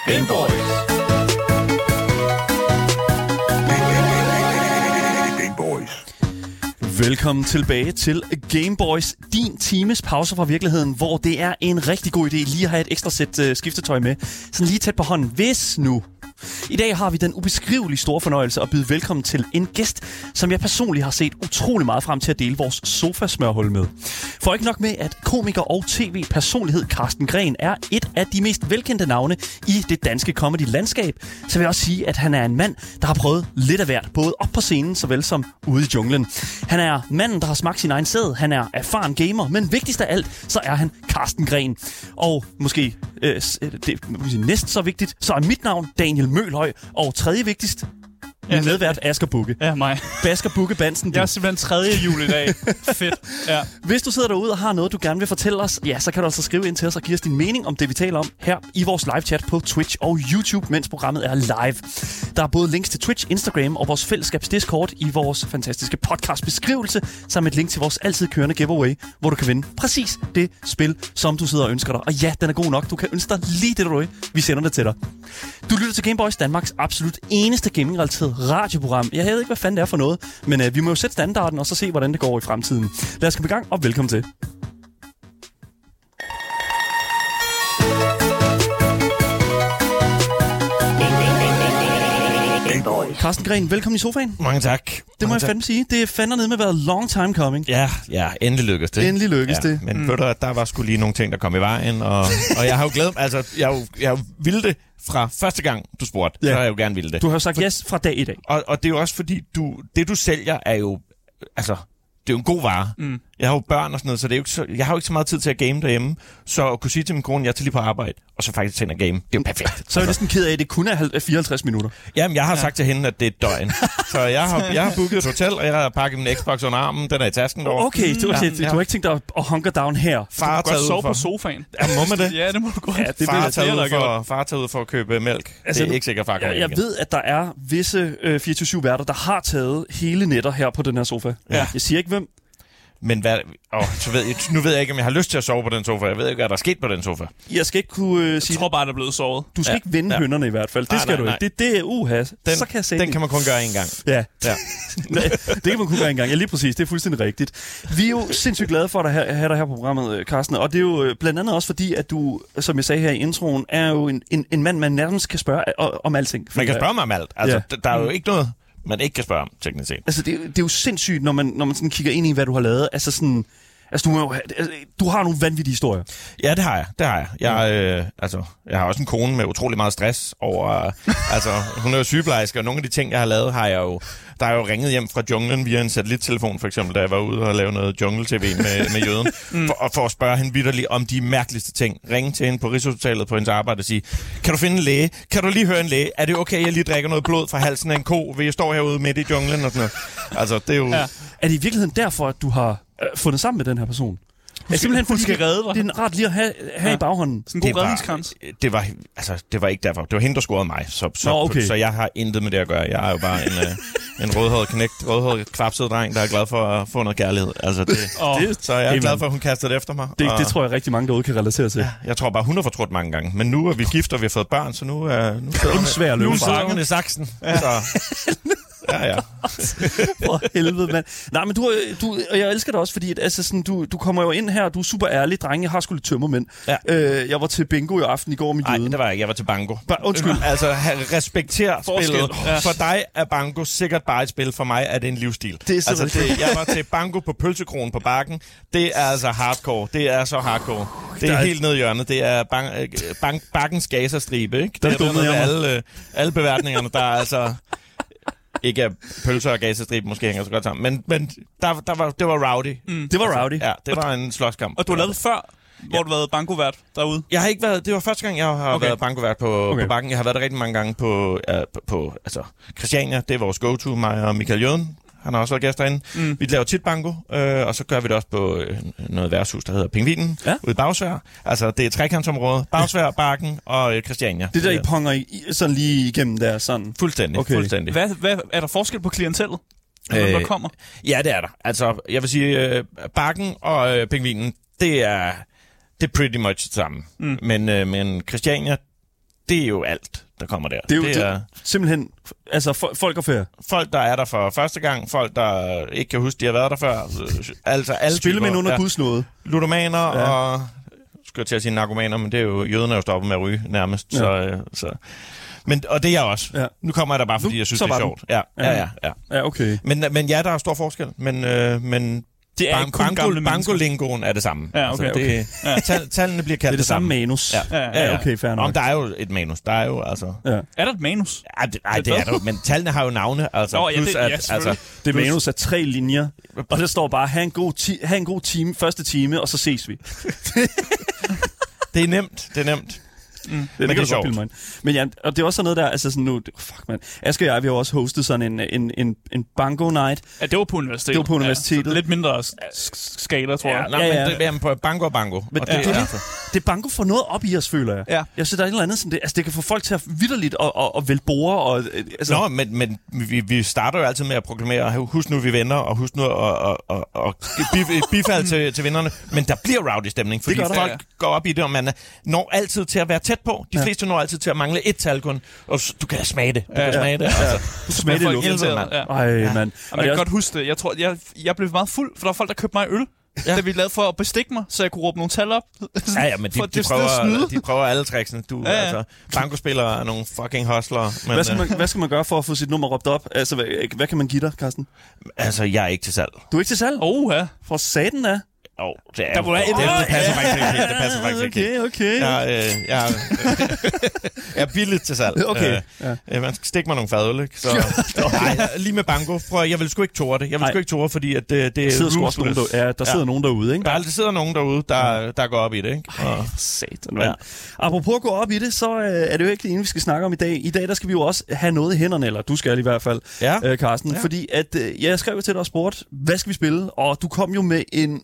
Gameboys. Velkommen tilbage til Gameboys, din times pause fra virkeligheden, hvor det er en rigtig god idé lige at have et ekstra sæt skiftetøj med, sådan lige tæt på hånden, hvis nu. I dag har vi den ubeskrivelige store fornøjelse at byde velkommen til en gæst, som jeg personligt har set utrolig meget frem til at dele vores sofasmørhul med. For ikke nok med, at komiker og tv-personlighed Carsten Gren er et af de mest velkendte navne i det danske comedy-landskab, så vil jeg også sige, at han er en mand, der har prøvet lidt af hvert, både op på scenen såvel som ude i junglen. Han er manden, der har smagt sin egen sæd, han er erfaren gamer, men vigtigst af alt, så er han Carsten Gren. Og måske næsten så vigtigt, så er mit navn Daniel Mølhøj, og tredje vigtigst, min medvært Asger Bukke. Ja, mig. Asger Bukke Bansen. Jeg er simpelthen 3. jul i dag. Fedt. Ja. Hvis du sidder derude og har noget, du gerne vil fortælle os, ja, så kan du altså skrive ind til os og give os din mening om det, vi taler om her i vores live-chat på Twitch og YouTube, mens programmet er live. Der er både links til Twitch, Instagram og vores fællesskabs Discord i vores fantastiske podcast-beskrivelse, samt et link til vores altid kørende giveaway, hvor du kan vinde præcis det spil, som du sidder og ønsker dig. Og ja, den er god nok. Du kan ønske dig lige det, du vil. Vi sender det til dig. Du lytter til Gameboys, Danmarks absolut eneste gaming-relateret radioprogram. Jeg ved ikke, hvad fanden det er for noget, men vi må jo sætte standarden og så se, hvordan det går i fremtiden. Lad os komme i gang, og velkommen til. Carsten Gren, velkommen i sofaen. Mange tak. Det må jeg fandme sige. Det er fandme ned med at være long time coming. Ja, endelig lykkedes det. Endelig lykkedes det. Men ved du, der var sgu lige nogle ting, der kom i vejen, og jeg har jo glædet mig, altså, jeg har ville det fra første gang, du spurgte. Ja. Så har jeg jo gerne ville det. Du har jo sagt yes fra dag i dag. Og det er jo også fordi, det du sælger er jo, altså, det er jo en god vare. Mm. Jeg har jo børn og sådan noget, så det er jo ikke så, jeg har jo ikke så meget tid til at game derhjemme. Så at kunne sige til min kone, jeg tager lige på arbejde, og så faktisk tænde game, det er jo perfekt. Så er jeg næsten ked af, at det kun er 54 minutter. Jamen, jeg har sagt til hende, at det er et døgn. Så jeg har booket et hotel, og jeg har pakket min Xbox under armen. Den er i tasken derovre. Okay, du har ikke tænkt dig at hunker down her. Far du kan godt sove på sofaen. Ja, må man det? Ja, det må du godt. Ja, far tager ud for at købe mælk. Altså, det er ikke sikkert, far kommer jeg ved, at der er visse 24/7-værter, der har taget hele netter her på den her sofa. Ja. Jeg siger ikke, hvem. Men nu ved jeg ikke, om jeg har lyst til at sove på den sofa. Jeg ved ikke, hvad der er sket på den sofa. Jeg skal ikke kunne sige... Jeg tror bare, der er blevet sovet. Du skal ikke vinde hønnerne i hvert fald. Det skal du ikke. Det er så kan jeg sige den kan man kun gøre en gang. Ja. Det kan man kun gøre en gang. Ja, lige præcis. Det er fuldstændig rigtigt. Vi er jo sindssygt glade for at have dig her på programmet, Carsten. Og det er jo blandt andet også fordi, at du, som jeg sagde her i introen, er jo en mand, man nærmest kan spørge om alting. Man kan spørge mig om alt. Altså, der er jo ikke noget... man ikke kan spørge om, teknisk set. Altså, det er jo sindssygt, når man sådan kigger ind i, hvad du har lavet. Altså, sådan... Altså, du har nogle vanvittige historier. Ja, det har jeg. Jeg har også en kone med utrolig meget stress over... hun er jo sygeplejerske, og nogle af de ting, jeg har lavet, har jeg jo... Der er jo ringet hjem fra junglen via en satellittelefon, for eksempel, da jeg var ude og lave noget jungle-tv med jøden, for at spørge hende vitterligt om de mærkeligste ting. Ringe til hende på Rigshospitalet på hendes arbejde og sige, kan du finde en læge? Kan du lige høre en læge? Er det okay, jeg lige drikker noget blod fra halsen af en ko, ved jeg står herude midt i junglen og sådan noget? Altså, det er jo... Ja. Er det i virkeligheden derfor, at du har fundet sammen med den her person? Simpelthen fordi skal redde, det er ret lige at have i baghånden. Sådan en god redningskrans. Det var ikke derfor. Det var hende, der scorede mig. Så jeg har intet med det at gøre. Jeg er jo bare en rødhåret kvapset dreng, der er glad for at få noget kærlighed. Altså, så jeg er glad for, at hun kastede det efter mig. Det tror jeg rigtig mange derude kan relatere til. Ja, jeg tror bare, hun har fortrudt mange gange. Men nu er vi gift, og vi har fået børn, så nu sidder hun i saksen. Ja. Så... Ja. For helvede, mand. Nej, men og jeg elsker dig også, fordi at, altså, sådan, du kommer jo ind her, du er super ærlig, drenge. Jeg har sgu lidt tømmermænd. Ja. Jeg var til bingo i aften i går med jøden. Nej, det var jeg. Jeg var til banko. Undskyld. Altså, respekter spillet. For dig er banko sikkert bare et spil. For mig er det en livsstil. Jeg var til banko på Pølsekronen på Bakken. Det er altså hardcore. Det er så hardcore. Det er helt ned i hjørnet. Det er Bakkens Gaza-stribe, ikke? Det er alle beværtningerne, der er altså... Ikke at pølser og gasestrib måske hænger så godt sammen, men det var rowdy. Det var rowdy? Ja, det var en slåskamp. Og du har lavet det før, hvor du har været bankovært derude? Jeg har ikke været... Det var første gang, jeg har været bankovært på Bakken. Jeg har været der rigtig mange gange på Christiania. Det er vores go-to, mig og Michael Jøden. Han har også været gæst derinde. Vi laver tit banko, og så gør vi det også på noget værtshus, der hedder Pingvinen, ude i Bagsvær. Altså, det er trekantsområdet. Bagsvær, Bakken og Christiania. Det der, I ponger sådan lige igennem der, sådan? Fuldstændig, okay. Fuldstændig. Hvad er der forskel på klientellet? Der kommer? Ja, det er der. Altså, jeg vil sige, Bakken og Pingvinen, det er pretty much det samme. Men Christiania, det er jo alt, der kommer der. Det er simpelthen altså folk og fære. Folk, der er der for første gang, folk, der ikke kan huske, de har været der før. Altså alle spillemænd under Guds nåde. Ludomaner og... Skal jeg til at sige narkomaner, men det er jo... Jøderne er jo stoppet med at ryge nærmest, så... Men, og det er jeg også. Ja. Nu kommer jeg der bare, fordi jeg synes, det er sjovt. Ja, okay. Men ja, der er stor forskel. Men det er bankolingoen er det samme. Ja, okay. Tallene bliver kaldt det er det samme manus. Ja, okay, fair nok. Der er jo et manus. Der er jo altså... Ja. Er der et manus? Nej, det er der. Men tallene har jo navne. Altså, det manus er 3 linjer, og der står bare, have en god time, første time, og så ses vi. Det er nemt. Det kan sjovt. Men ja, og det er også sådan noget der, altså sådan nu, fuck man. Asger og jeg, vi har også hostet sådan en bango night. Ja, det var på universitetet. Lidt mindre skala, tror jeg. Men det er på bango. Men det er bango for noget op i os, føler jeg. Ja. Jeg synes, der er et eller andet sådan det. Altså, det kan få folk til at vitterligt og vælge borde. Og, altså. Nå, men vi starter jo altid med at proklamere, husk nu, vi venner, og husk nu at bifald til vennerne. Men der bliver rowdy stemning, fordi folk går op i det, og man når altid til at være tæt på. De fleste når altid til at mangle et tal kun. Og du kan smage det. Du kan smage det. Altså. Du smager det i luften, mand. Ej, mand. Og jeg kan godt huske det. Jeg tror, jeg blev meget fuld, for der var folk, der købte mig øl. Da vi lavede for at bestikke mig, så jeg kunne råbe nogle tal op. Ja, men de prøver alle tricksene. Altså, bankospillere er nogle fucking hustlere. Men, hvad skal man gøre for at få sit nummer råbt op? Altså, hvad kan man give dig, Carsten? Altså, jeg er ikke til salg. Du er ikke til salg? Ja. For satan da. Det passer faktisk ikke. Okay. Jeg er billigt til salg. Okay. Man skal stikke mig nogle fadøl, ikke? Så lige med banko. Prøv, jeg vil sgu ikke tåre det. Fordi at det er ruthless. Der sidder nogen derude, ikke? Der sidder nogen derude, der går op i det, ikke? Satan. Ja. Apropos at gå op i det, så er det jo ikke det ene, vi skal snakke om i dag. I dag, der skal vi jo også have noget i hænderne, eller du skal i hvert fald, Carsten. Ja. Fordi at jeg skrev til dig og spurgte, hvad skal vi spille? Og du kom jo med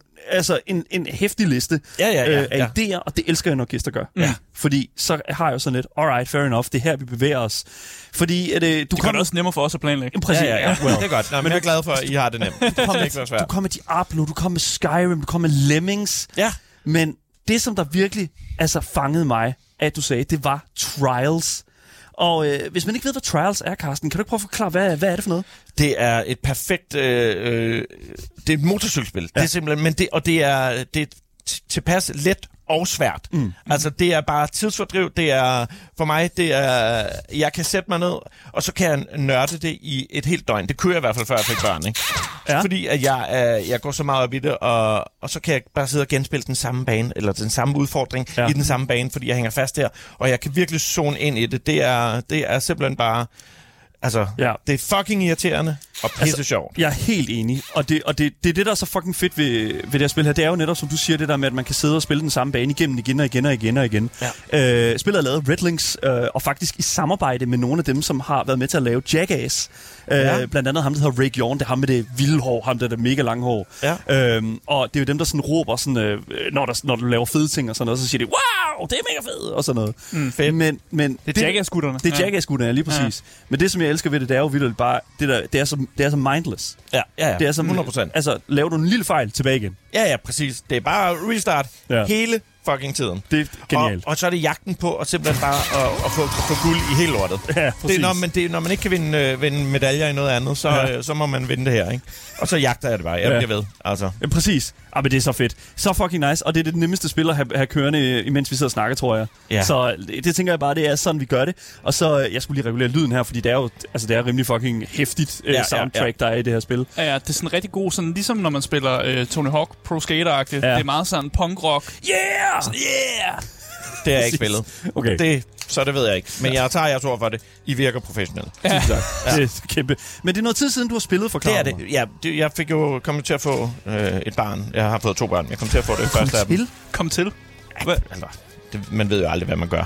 en heftig liste af idéer, og det elsker jeg, når gæster gør. Ja. Fordi så har jeg jo sådan lidt, alright, fair enough, det er her, vi bevæger os. Fordi det gør det også nemmere for os at planlægge. Præcis. Ja. Well. Det er godt. Men jeg er glad for, at I har det nemt. Du kom med Diablo, du kom med Skyrim, du kom med Lemmings. Ja. Men det, som der virkelig fangede mig, at du sagde, det var Trials. Og hvis man ikke ved, hvad Trials er, Carsten, kan du ikke prøve at forklare, hvad er det for noget? Det er et perfekt... det er et motorcykelspil. Ja. Det er simpelthen... Det er tilpas let og svært. Altså, det er bare tidsfordriv. Det er... For mig, det er... Jeg kan sætte mig ned, og så kan jeg nørde det i et helt døgn. Det kunne jeg i hvert fald, før jeg fik børn, ikke? Ja. Fordi at jeg går så meget op i det, og så kan jeg bare sidde og genspille den samme bane, eller den samme udfordring i den samme bane, fordi jeg hænger fast her, og jeg kan virkelig zone ind i det. Det er simpelthen bare... Altså, det er fucking irriterende og pisse sjovt. Jeg er helt enig, og det er det, der er så fucking fedt ved det her spil her. Det er jo netop, som du siger, det der med, at man kan sidde og spille den samme bane igennem igen og igen og igen og igen. Ja. Spillet er lavet Redlinks, og faktisk i samarbejde med nogle af dem, som har været med til at lave Jackass. Blandt andet ham, der hedder Ray Jorn, det er ham med det vilde hår, ham der mega lange hår. Ja. Og det er jo dem, der sådan råber, sådan, når du laver fede ting og sådan noget, så siger de, wow, det er mega fedt, og sådan noget. Fedt. Men det er Jackass-gutterne. Det er Jackass-gutterne, lige præcis. Ja. Men det, som jeg elsker ved det, det er jo vildt bare, det er så mindless. Ja. Det er så 100%. Altså, laver du en lille fejl, tilbage igen. Ja, præcis. Det er bare restart hele fucking tiden. Det er genialt. Og så er det jagten på at simpelthen bare at få guld i hele lortet. Ja, præcis. Det er, når man ikke kan vinde medaljer i noget andet, så må man vinde det her, ikke? Og så jagter jeg det bare. Jeg bliver ved, altså. Ja, præcis. Men det er så fedt. Så fucking nice. Og det er det nemmeste spil at have kørende, imens vi sidder og snakker, tror jeg. Ja. Så det tænker jeg bare, det er sådan, vi gør det. Og så, jeg skulle lige regulere lyden her, fordi det er jo det er rimelig fucking hæftigt soundtrack, der er i det her spil. Ja, det er sådan rigtig god, sådan, ligesom når man spiller Tony Hawk Pro Skater-agtigt. Det er meget sådan punk-rock. Yeah! Det har jeg ikke spillet. Okay. Så det ved jeg ikke. Men jeg tager jeres ord for det. I virker professionelt. Ja. Det er kæmpe. Men det er noget tid siden, du har spillet for Klar. Det er det. Jeg fik jo kommet til at få et barn. Jeg har fået 2 børn. Jeg kom til at få det første af dem. Kom til? Altså, man ved jo aldrig, hvad man gør.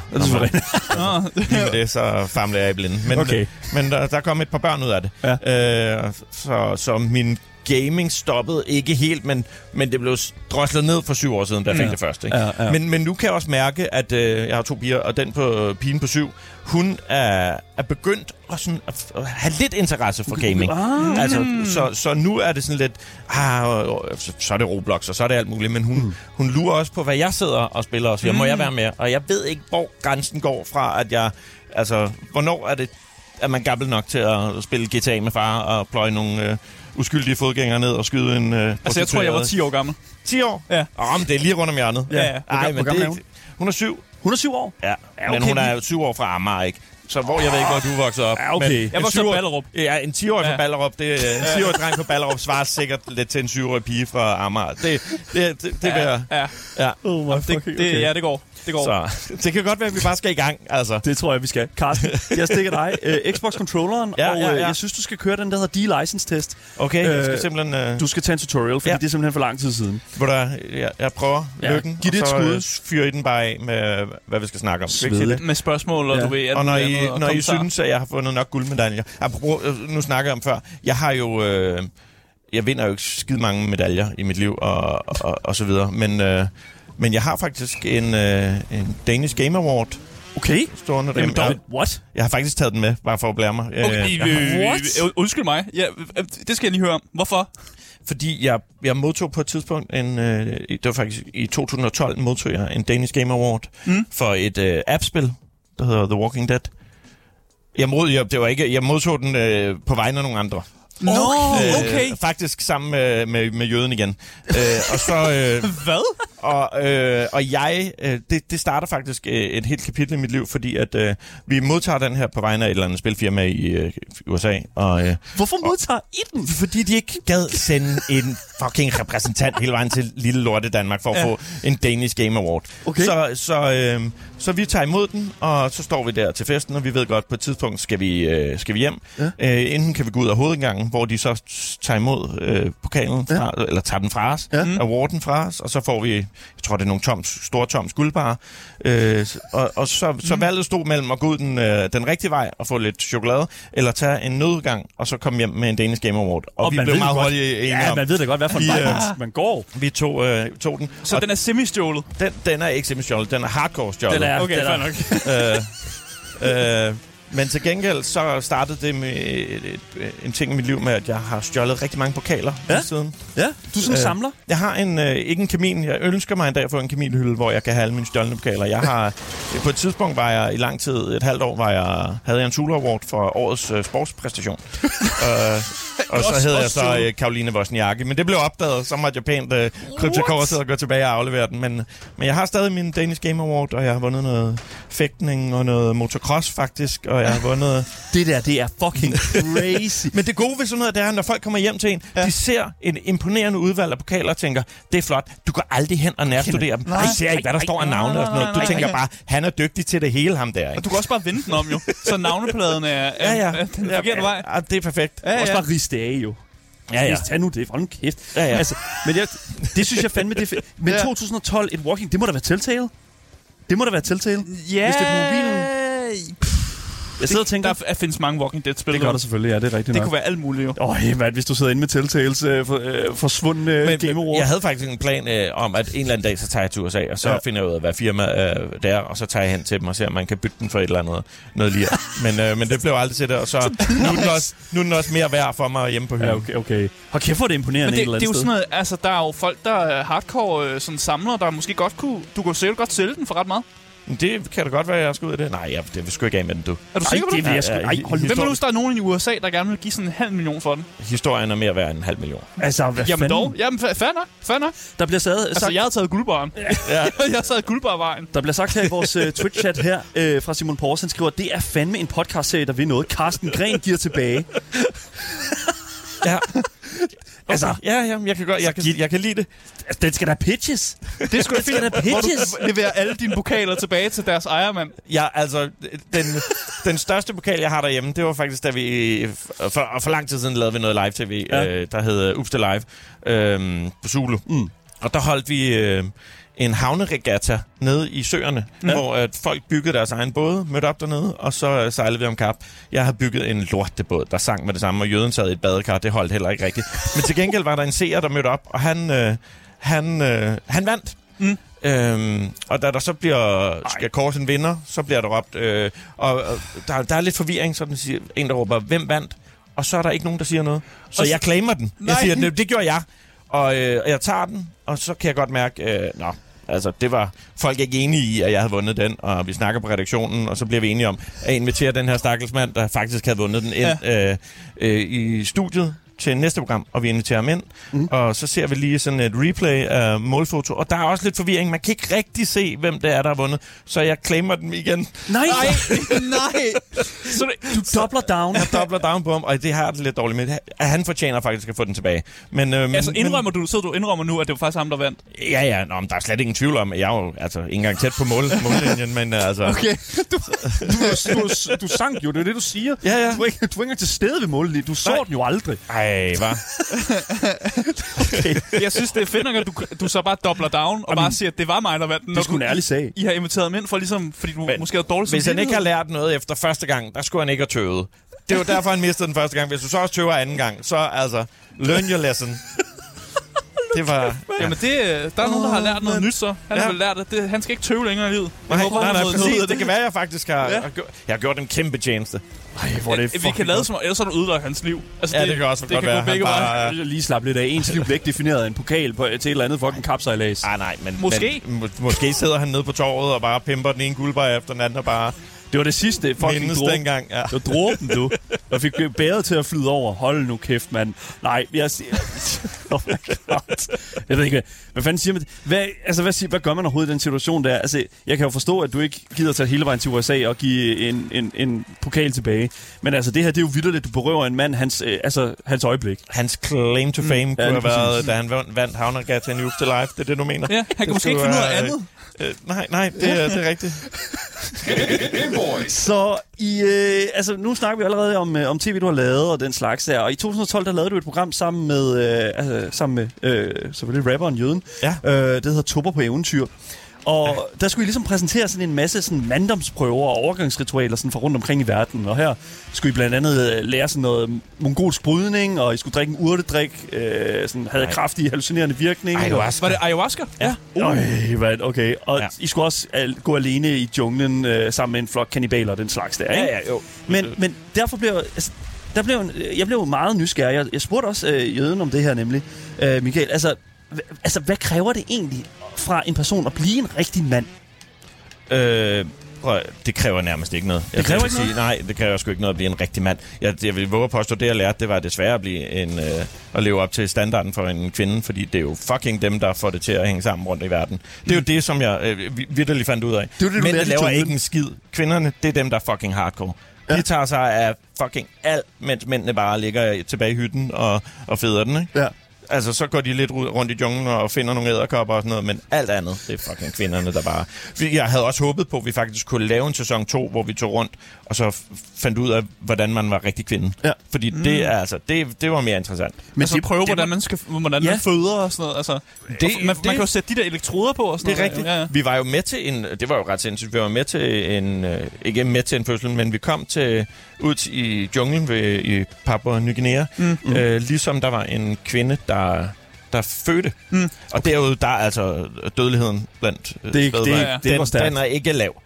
Lige med det, så famler jeg i blinde. Men der kom et par børn ud af det. Ja. Så min gaming stoppede ikke helt, men det blev droslet ned for 7 år siden, da jeg fik det første. Ikke? Ja. Men nu kan jeg også mærke, at jeg har 2 piger, og den på pigen på 7, hun er begyndt at have lidt interesse for gaming. Altså, så nu er det sådan lidt, så er det Roblox, og så er det alt muligt, men hun lurer også på, hvad jeg sidder og spiller, og siger, må jeg være med? Og jeg ved ikke, hvor grænsen går fra, at jeg, altså, hvornår er det, at man gammel nok til at spille GTA med far og pløje nogle uskyldige fodgængere ned og skyde en altså, jeg tror, jeg var 10 år gammel. 10 år? Ja. Men det er lige rundt om hjørnet. Ja. Ej, men det er ikke... Hun er 7. Hun er 7 år? Ja, men hun er 7 år fra Amager, ikke? Så jeg ved ikke, hvor du voksede op. Okay. Jeg voksede op i Ballerup. Ja, en 10-årig fra Ballerup. En 10-årig dreng fra Ballerup svarer sikkert lidt til en 7-årig pige fra Amager. Det vil jeg... Ja. Okay. Ja, det går. Så det kan godt være, at vi bare skal i gang, altså. Det tror jeg, vi skal. Carsten, jeg stikker dig Xbox-controlleren, og jeg synes, du skal køre den, der hedder D-License-test. Okay, jeg skal simpelthen... Du skal tage en tutorial, fordi det er simpelthen for lang tid siden. Jeg prøver lykken, giv det et skud. Så fyrer I den bare af med, hvad vi skal snakke om. Med spørgsmål, og du ved... Og når I synes, at jeg har fundet nok guldmedaljer... Nu snakker jeg om før. Jeg har jo... jeg vinder jo ikke skide mange medaljer i mit liv, og så videre. Men jeg har faktisk en Danish Game Award. Okay. Stående der. What? Jeg har faktisk taget den med, bare for at blære mig. Undskyld mig. Det skal jeg lige høre om. Hvorfor? Fordi jeg modtog på et tidspunkt det var faktisk i 2012 modtog jeg en Danish Game Award for et appspil, der hedder The Walking Dead. Jeg modtog den på vegne af nogle andre. Okay. Faktisk sammen med jøden igen. Og så... Hvad? Og jeg... Det starter faktisk et helt kapitel i mit liv, fordi at vi modtager den her på vegne af et eller andet spilfirma i USA. Hvorfor modtager I den? Fordi de ikke gad sende en fucking repræsentant hele vejen til lille lorte Danmark for at få en Danish Game Award. Okay. Så vi tager imod den, og så står vi der til festen, og vi ved godt, på et tidspunkt skal vi hjem. Ja. Enten kan vi gå ud af hovedindgangen, hvor de så tager imod pokalen, eller tager den fra os, awarden fra os, og så får vi, jeg tror det er nogle store toms guldbarer. Og så valget stod mellem at gå ud den rigtige vej og få lidt chokolade, eller tage en nødgang, og så komme hjem med en Danish Game Award. Og vi blev meget hurtigt enige om. Ja, man ved da godt, hvad for en vej man går. Vi tog den. Så den er semi-stjålet? Den er ikke semi-stjålet, den er hardcore stjålet. Okay, fair nok. Men til gengæld så startede det med en ting i mit liv med, at jeg har stjålet rigtig mange pokaler siden. Ja, du er sådan en samler? Jeg har ikke en kamin. Jeg ønsker mig en dag at få en kaminhylde, hvor jeg kan have alle mine stjålne pokaler. Jeg har på et tidspunkt var jeg i lang tid, et halvt år, havde jeg en Zulu Award for årets sportspræstation. Og så hed jeg så Karoline Wozniacki. Men det blev opdaget, så måtte jeg pænt krybe til korset og gå tilbage og aflevere den. Men jeg har stadig min Danish Game Award, og jeg har vundet noget fægtning og noget motocross faktisk, og jeg har vundet... Det er fucking crazy. Men det gode ved sådan noget, det er, når folk kommer hjem til en, de ser en imponerende udvalg af pokaler og tænker, det er flot, du går aldrig hen og nærstudere dem. Jeg ser ikke, hvad der står af navne og sådan noget. Du tænker bare, han er dygtig til det hele, ham der. Ikke? Og du kan også bare vende den om, jo. Så navnepladen er den forkerte vej. Ja, det er perfekt. Du kan også bare riste af, jo. Ja. Tag nu det, for en kæft. Ja. Altså, men det synes jeg fandme, det er fedt. Men 2012, et walking, det må da være Telltale? Det må da være Telltale? Ja. Hvis det er på mobilen. Jeg sidder og tænker... Der findes mange Walking Dead-spil. Det gør der selvfølgelig, ja, det er rigtigt nok. Det kunne være alt muligt, jo. Hvis du sidder inde med Telltales forsvundne Game Award. Jeg havde faktisk en plan om, at en eller anden dag, så tager jeg til USA, og så finder jeg ud af, hvad firma det er, og så tager jeg hen til dem og ser, om man kan bytte den for et eller andet noget lige. Men det blev aldrig til det, og så nu er den også mere værd for mig hjemme på hylden. Ja, okay. Hold kæft, hvor det imponerende men et eller andet det er jo sådan noget, altså der er jo folk, der er hardcore sådan samlere, der måske godt kunne... Du kunne sikkert godt sælge den for ret meget. Det kan da godt være, at jeg skal ud af det. Nej, det vil sgu ikke af med den, du. Er du sikker på det? Hvem er der er nogen i USA, der gerne vil give sådan 500.000 for den? Historien er mere værd end 500.000. Altså, hvad jamen dog. Jamen, fair nok. Der bliver sagt... Altså, jeg har taget guldbaren. Jeg har taget guldbarvejen. Der bliver sagt her i vores Twitch-chat her fra Simon Pors, han skriver, det er fandme en podcast-serie, der vil noget. Carsten Gren giver tilbage. Ja. Altså, jeg kan lide det. Altså, den skal da pitches. Det skal da pitches. Hvor du leverer alle dine pokaler tilbage til deres ejermand. Ja, altså, den største pokal, jeg har derhjemme, det var faktisk, da vi for lang tid siden lavede vi noget live-tv, der hed Ups The Live på Zulu. Og der holdt vi en havneregatta nede i søerne, hvor at folk byggede deres egen både, mødte op dernede, og så sejlede vi om kap. Jeg havde bygget en lortebåd, der sang med det samme, og jøden sad i et badekar. Det holdt heller ikke rigtigt. Men til gengæld var der en seer, der mødte op, og han vandt. Og da der så skal kåres en vinder, så bliver der råbt, og der er lidt forvirring, så den siger, en der råber, hvem vandt? Og så er der ikke nogen, der siger noget. Så jeg claimer den. Jeg siger, det gjorde jeg. Og jeg tager den, og så kan jeg godt mærke, det var folk ikke enige i, at jeg havde vundet den, og vi snakker på redaktionen, og så bliver vi enige om at invitere den her stakkelsmand, der faktisk havde vundet den ind i studiet til næste program, og vi inviterer ham ind, og så ser vi lige sådan et replay af målfoto, og der er også lidt forvirring. Man kan ikke rigtig se, hvem det er, der har vundet, så jeg claimer dem igen. Nej! Så du dobler down. Jeg dobler down på ham, og det har jeg det lidt dårligt med. Han fortjener faktisk at få den tilbage. Men, sidder du indrømmer nu, at det var faktisk ham, der vandt? Ja, men der er slet ingen tvivl om, at jeg er jo ikke engang tæt på mållinjen, men altså... Okay, du sank jo, det er det, du siger. Ja. Du er ikke engang til stede ved mållinjen, du så den jo aldrig. Ej, hvad? Okay. Jeg synes, det er fedt nok, at du så bare dobler down og bare siger, at det var mig, der vandt den. Det skulle en ærlig sag. I har inviteret ham ind, for ligesom, fordi du måske havde dårligt. Hvis han ikke har lært noget efter første gang, der skulle han ikke have tøvet. Det var derfor, han mistede den første gang. Hvis du så også tøver anden gang, så learn your lesson. Det var... Ja. Jamen, der er nogen, der har lært noget nyt, så. Han har vel lært, at han skal ikke tøve længere i livet. Nej, præcis. Det kan være, jeg faktisk jeg har gjort en kæmpe tjeneste. Vi kan lade som om, ellers har du ødelagt hans liv. Altså, det kan også godt være. Begge veje. Lige slappe lidt af. Ens liv bliver ikke defineret af en pokal til et eller andet fucking kapsejlads. Nej, men... Måske sidder han nede på torvet og bare pimper den ene guldbar efter den anden og bare... Det var det sidste fucking dråben. Dengang, ja. Det var dråben, du. Og fik bæret til at flyde over. Hold nu kæft, mand. Nej, jeg siger... Oh my God. Jeg ved ikke, hvad fanden siger man? Hvad gør man overhovedet i den situation der? Altså, jeg kan jo forstå, at du ikke gider tage hele vejen til USA og give en pokal tilbage. Men altså, det her, det er jo vitterligt, du berøver en mand hans øjeblik. Hans claim to fame kunne have været, da han vandt Havnergat til News to Life. Det er det, du mener? Ja, han kunne måske ikke finde noget andet. Nej, det er rigtigt. Så nu snakker vi allerede om tv, du har lavet og den slags der. Og i 2012, der lavede du et program sammen med selvfølgelig rapperen Jøden. Ja. Det hedder Tupper på eventyr. Og der skulle I ligesom præsentere sådan en masse sådan manddomsprøver og overgangsritualer sådan fra rundt omkring i verden. Og her skulle I blandt andet lære sådan noget mongolsk brydning, og I skulle drikke en urtedrik, havde kraftig hallucinerende virkning. Var det ayahuasca? Ja. Okay. Og I skulle også gå alene i junglen sammen med en flok kannibaler og den slags der, ikke? Ja, jo. Men derfor blev jeg blev meget nysgerrig. Jeg spurgte også Jøden om det her nemlig, Michael. Altså, hvad kræver det egentlig fra en person at blive en rigtig mand? Det kræver nærmest ikke noget. Det kræver ikke noget? Nej, det kræver sgu ikke noget at blive en rigtig mand. Jeg vil våge at påstå, det jeg lærte, det var desværre at blive at leve op til standarden for en kvinde, fordi det er jo fucking dem, der får det til at hænge sammen rundt i verden. Det er jo det, som jeg vitterligt fandt ud af. Men det laver ikke en skid. Kvinderne, det er dem, der er fucking hardcore. De tager sig af fucking alt, mens mændene bare ligger tilbage i hytten og feder den, ikke? Ja. Altså, så går de lidt rundt i junglen og finder nogle edderkopper og sådan noget, men alt andet, det er fucking kvinderne, der bare... Jeg havde også håbet på, at vi faktisk kunne lave en sæson 2, hvor vi tog rundt, og så fandt ud af, hvordan man var rigtig kvinde. Ja. Fordi det var mere interessant. Men altså prøve, hvordan man føder og sådan noget. Altså, man kan jo sætte de der elektroder på og sådan noget. Det er rigtigt. Ja. Vi var jo med til det var jo ret sindssygt, vi var med til ikke med til en fødsel, men vi kom ud i junglen i Papua Ny Guinea, ligesom der var en kvinde, der fødte. Og derude, der er altså dødeligheden blandt den er ikke lav.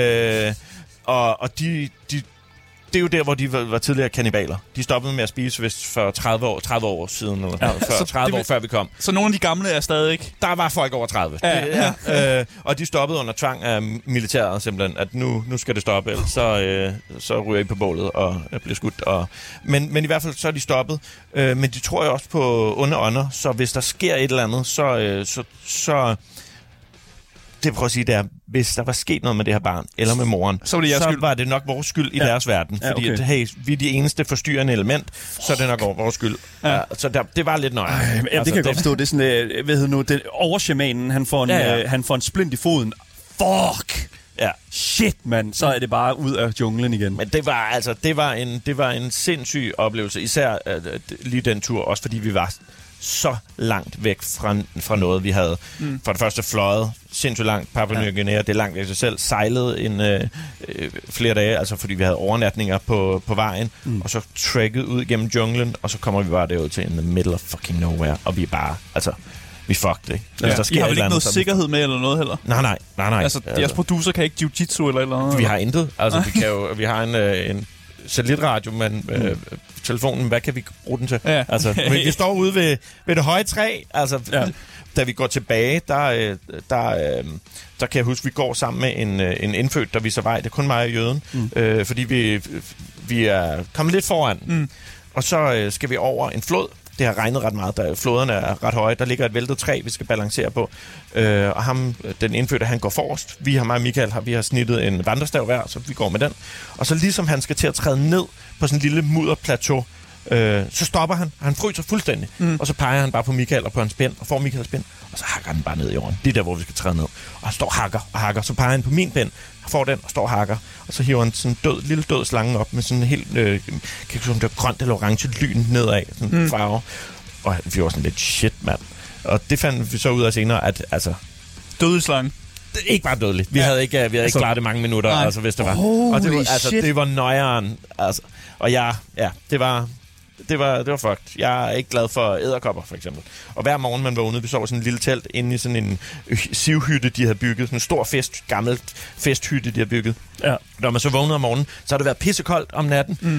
Og det er jo der, hvor de var tidligere kannibaler. De stoppede med at spise vist for 30 år siden, eller 30 år før vi kom. Så nogle af de gamle er stadig ikke? Der var folk over 30. Og de stoppede under tvang af militæret simpelthen, at nu skal det stoppe, ellers så ryger I på bålet og bliver skudt. Men i hvert fald så er de stoppet. Men de tror jo også på onde ånder, så hvis der sker et eller andet, så det prøver at sige, det er, hvis der var sket noget med det her barn, eller med moren, så var det nok vores skyld i deres verden. Fordi at, hey, vi er de eneste forstyrrende element, så er det nok vores skyld. Ja. Så det var lidt nøje. Det kan jeg godt forstå. Det er sådan, overshamanen, han får en splint i foden. Fuck! Ja. Shit, mand. Så er det bare ud af junglen igen. Men det var en sindssyg oplevelse. Især lige den tur, også fordi vi var så langt væk fra noget, vi havde. For det første fløjet sindssygt langt, Papua Ny Guinea, det er langt væk sig selv, sejlede flere dage, altså fordi vi havde overnatninger på vejen, og så trekket ud gennem junglen, og så kommer vi bare derud til in the middle of fucking nowhere, og vi er bare, altså, vi fucked, ikke? Ja. Der sker I har vel ikke noget sikkerhed med eller noget heller? Nej. Altså, jeres producer kan ikke jiu-jitsu eller noget? Vi har intet. Altså, vi har en satellitradio, men telefonen, hvad kan vi bruge den til? Ja. Altså, vi står ude ved det høje træ, altså, da vi går tilbage, der kan jeg huske, vi går sammen med en indfødt, der viser vej. Det er kun mig og jøden, fordi vi er kommet lidt foran. Og så skal vi over en flod. Det har regnet ret meget. Floderne er ret høje. Der ligger et væltet træ, vi skal balancere på. Og ham, den indfødte, han går forrest. Vi har vi har snittet en vandrestav hver, så vi går med den. Og så ligesom han skal til at træde ned på sådan en lille mudderplateau, så stopper han. Han fryser fuldstændig. Og så peger han bare på Michael og på hans spænd, og får Michaels spænd, og så hakker han bare ned i jorden. Det er der, hvor vi skal træde ned. Og han står og hakker. Så peger han på min pind, får den og står og hakker. Og så hiver han sådan en lille død slange op med sådan en helt, kan ikke det var grønt eller orange lyn nedad, sådan en farve. Og vi var sådan lidt shit, mand. Og det fandt vi så ud af senere, at altså... Døde slange? Ikke bare dødeligt. Vi havde ikke klaret det mange minutter, altså, hvis det var. Og det var nøjeren. Altså. Og det var fucked. Jeg er ikke glad for edderkopper, for eksempel. Og hver morgen, man vågnede, vi sov sådan en lille telt inde i sådan en sivhytte, de havde bygget. Sådan en stor gammel festhytte, de havde bygget. Ja. Når man så vågnede om morgenen, så har det været pissekoldt om natten.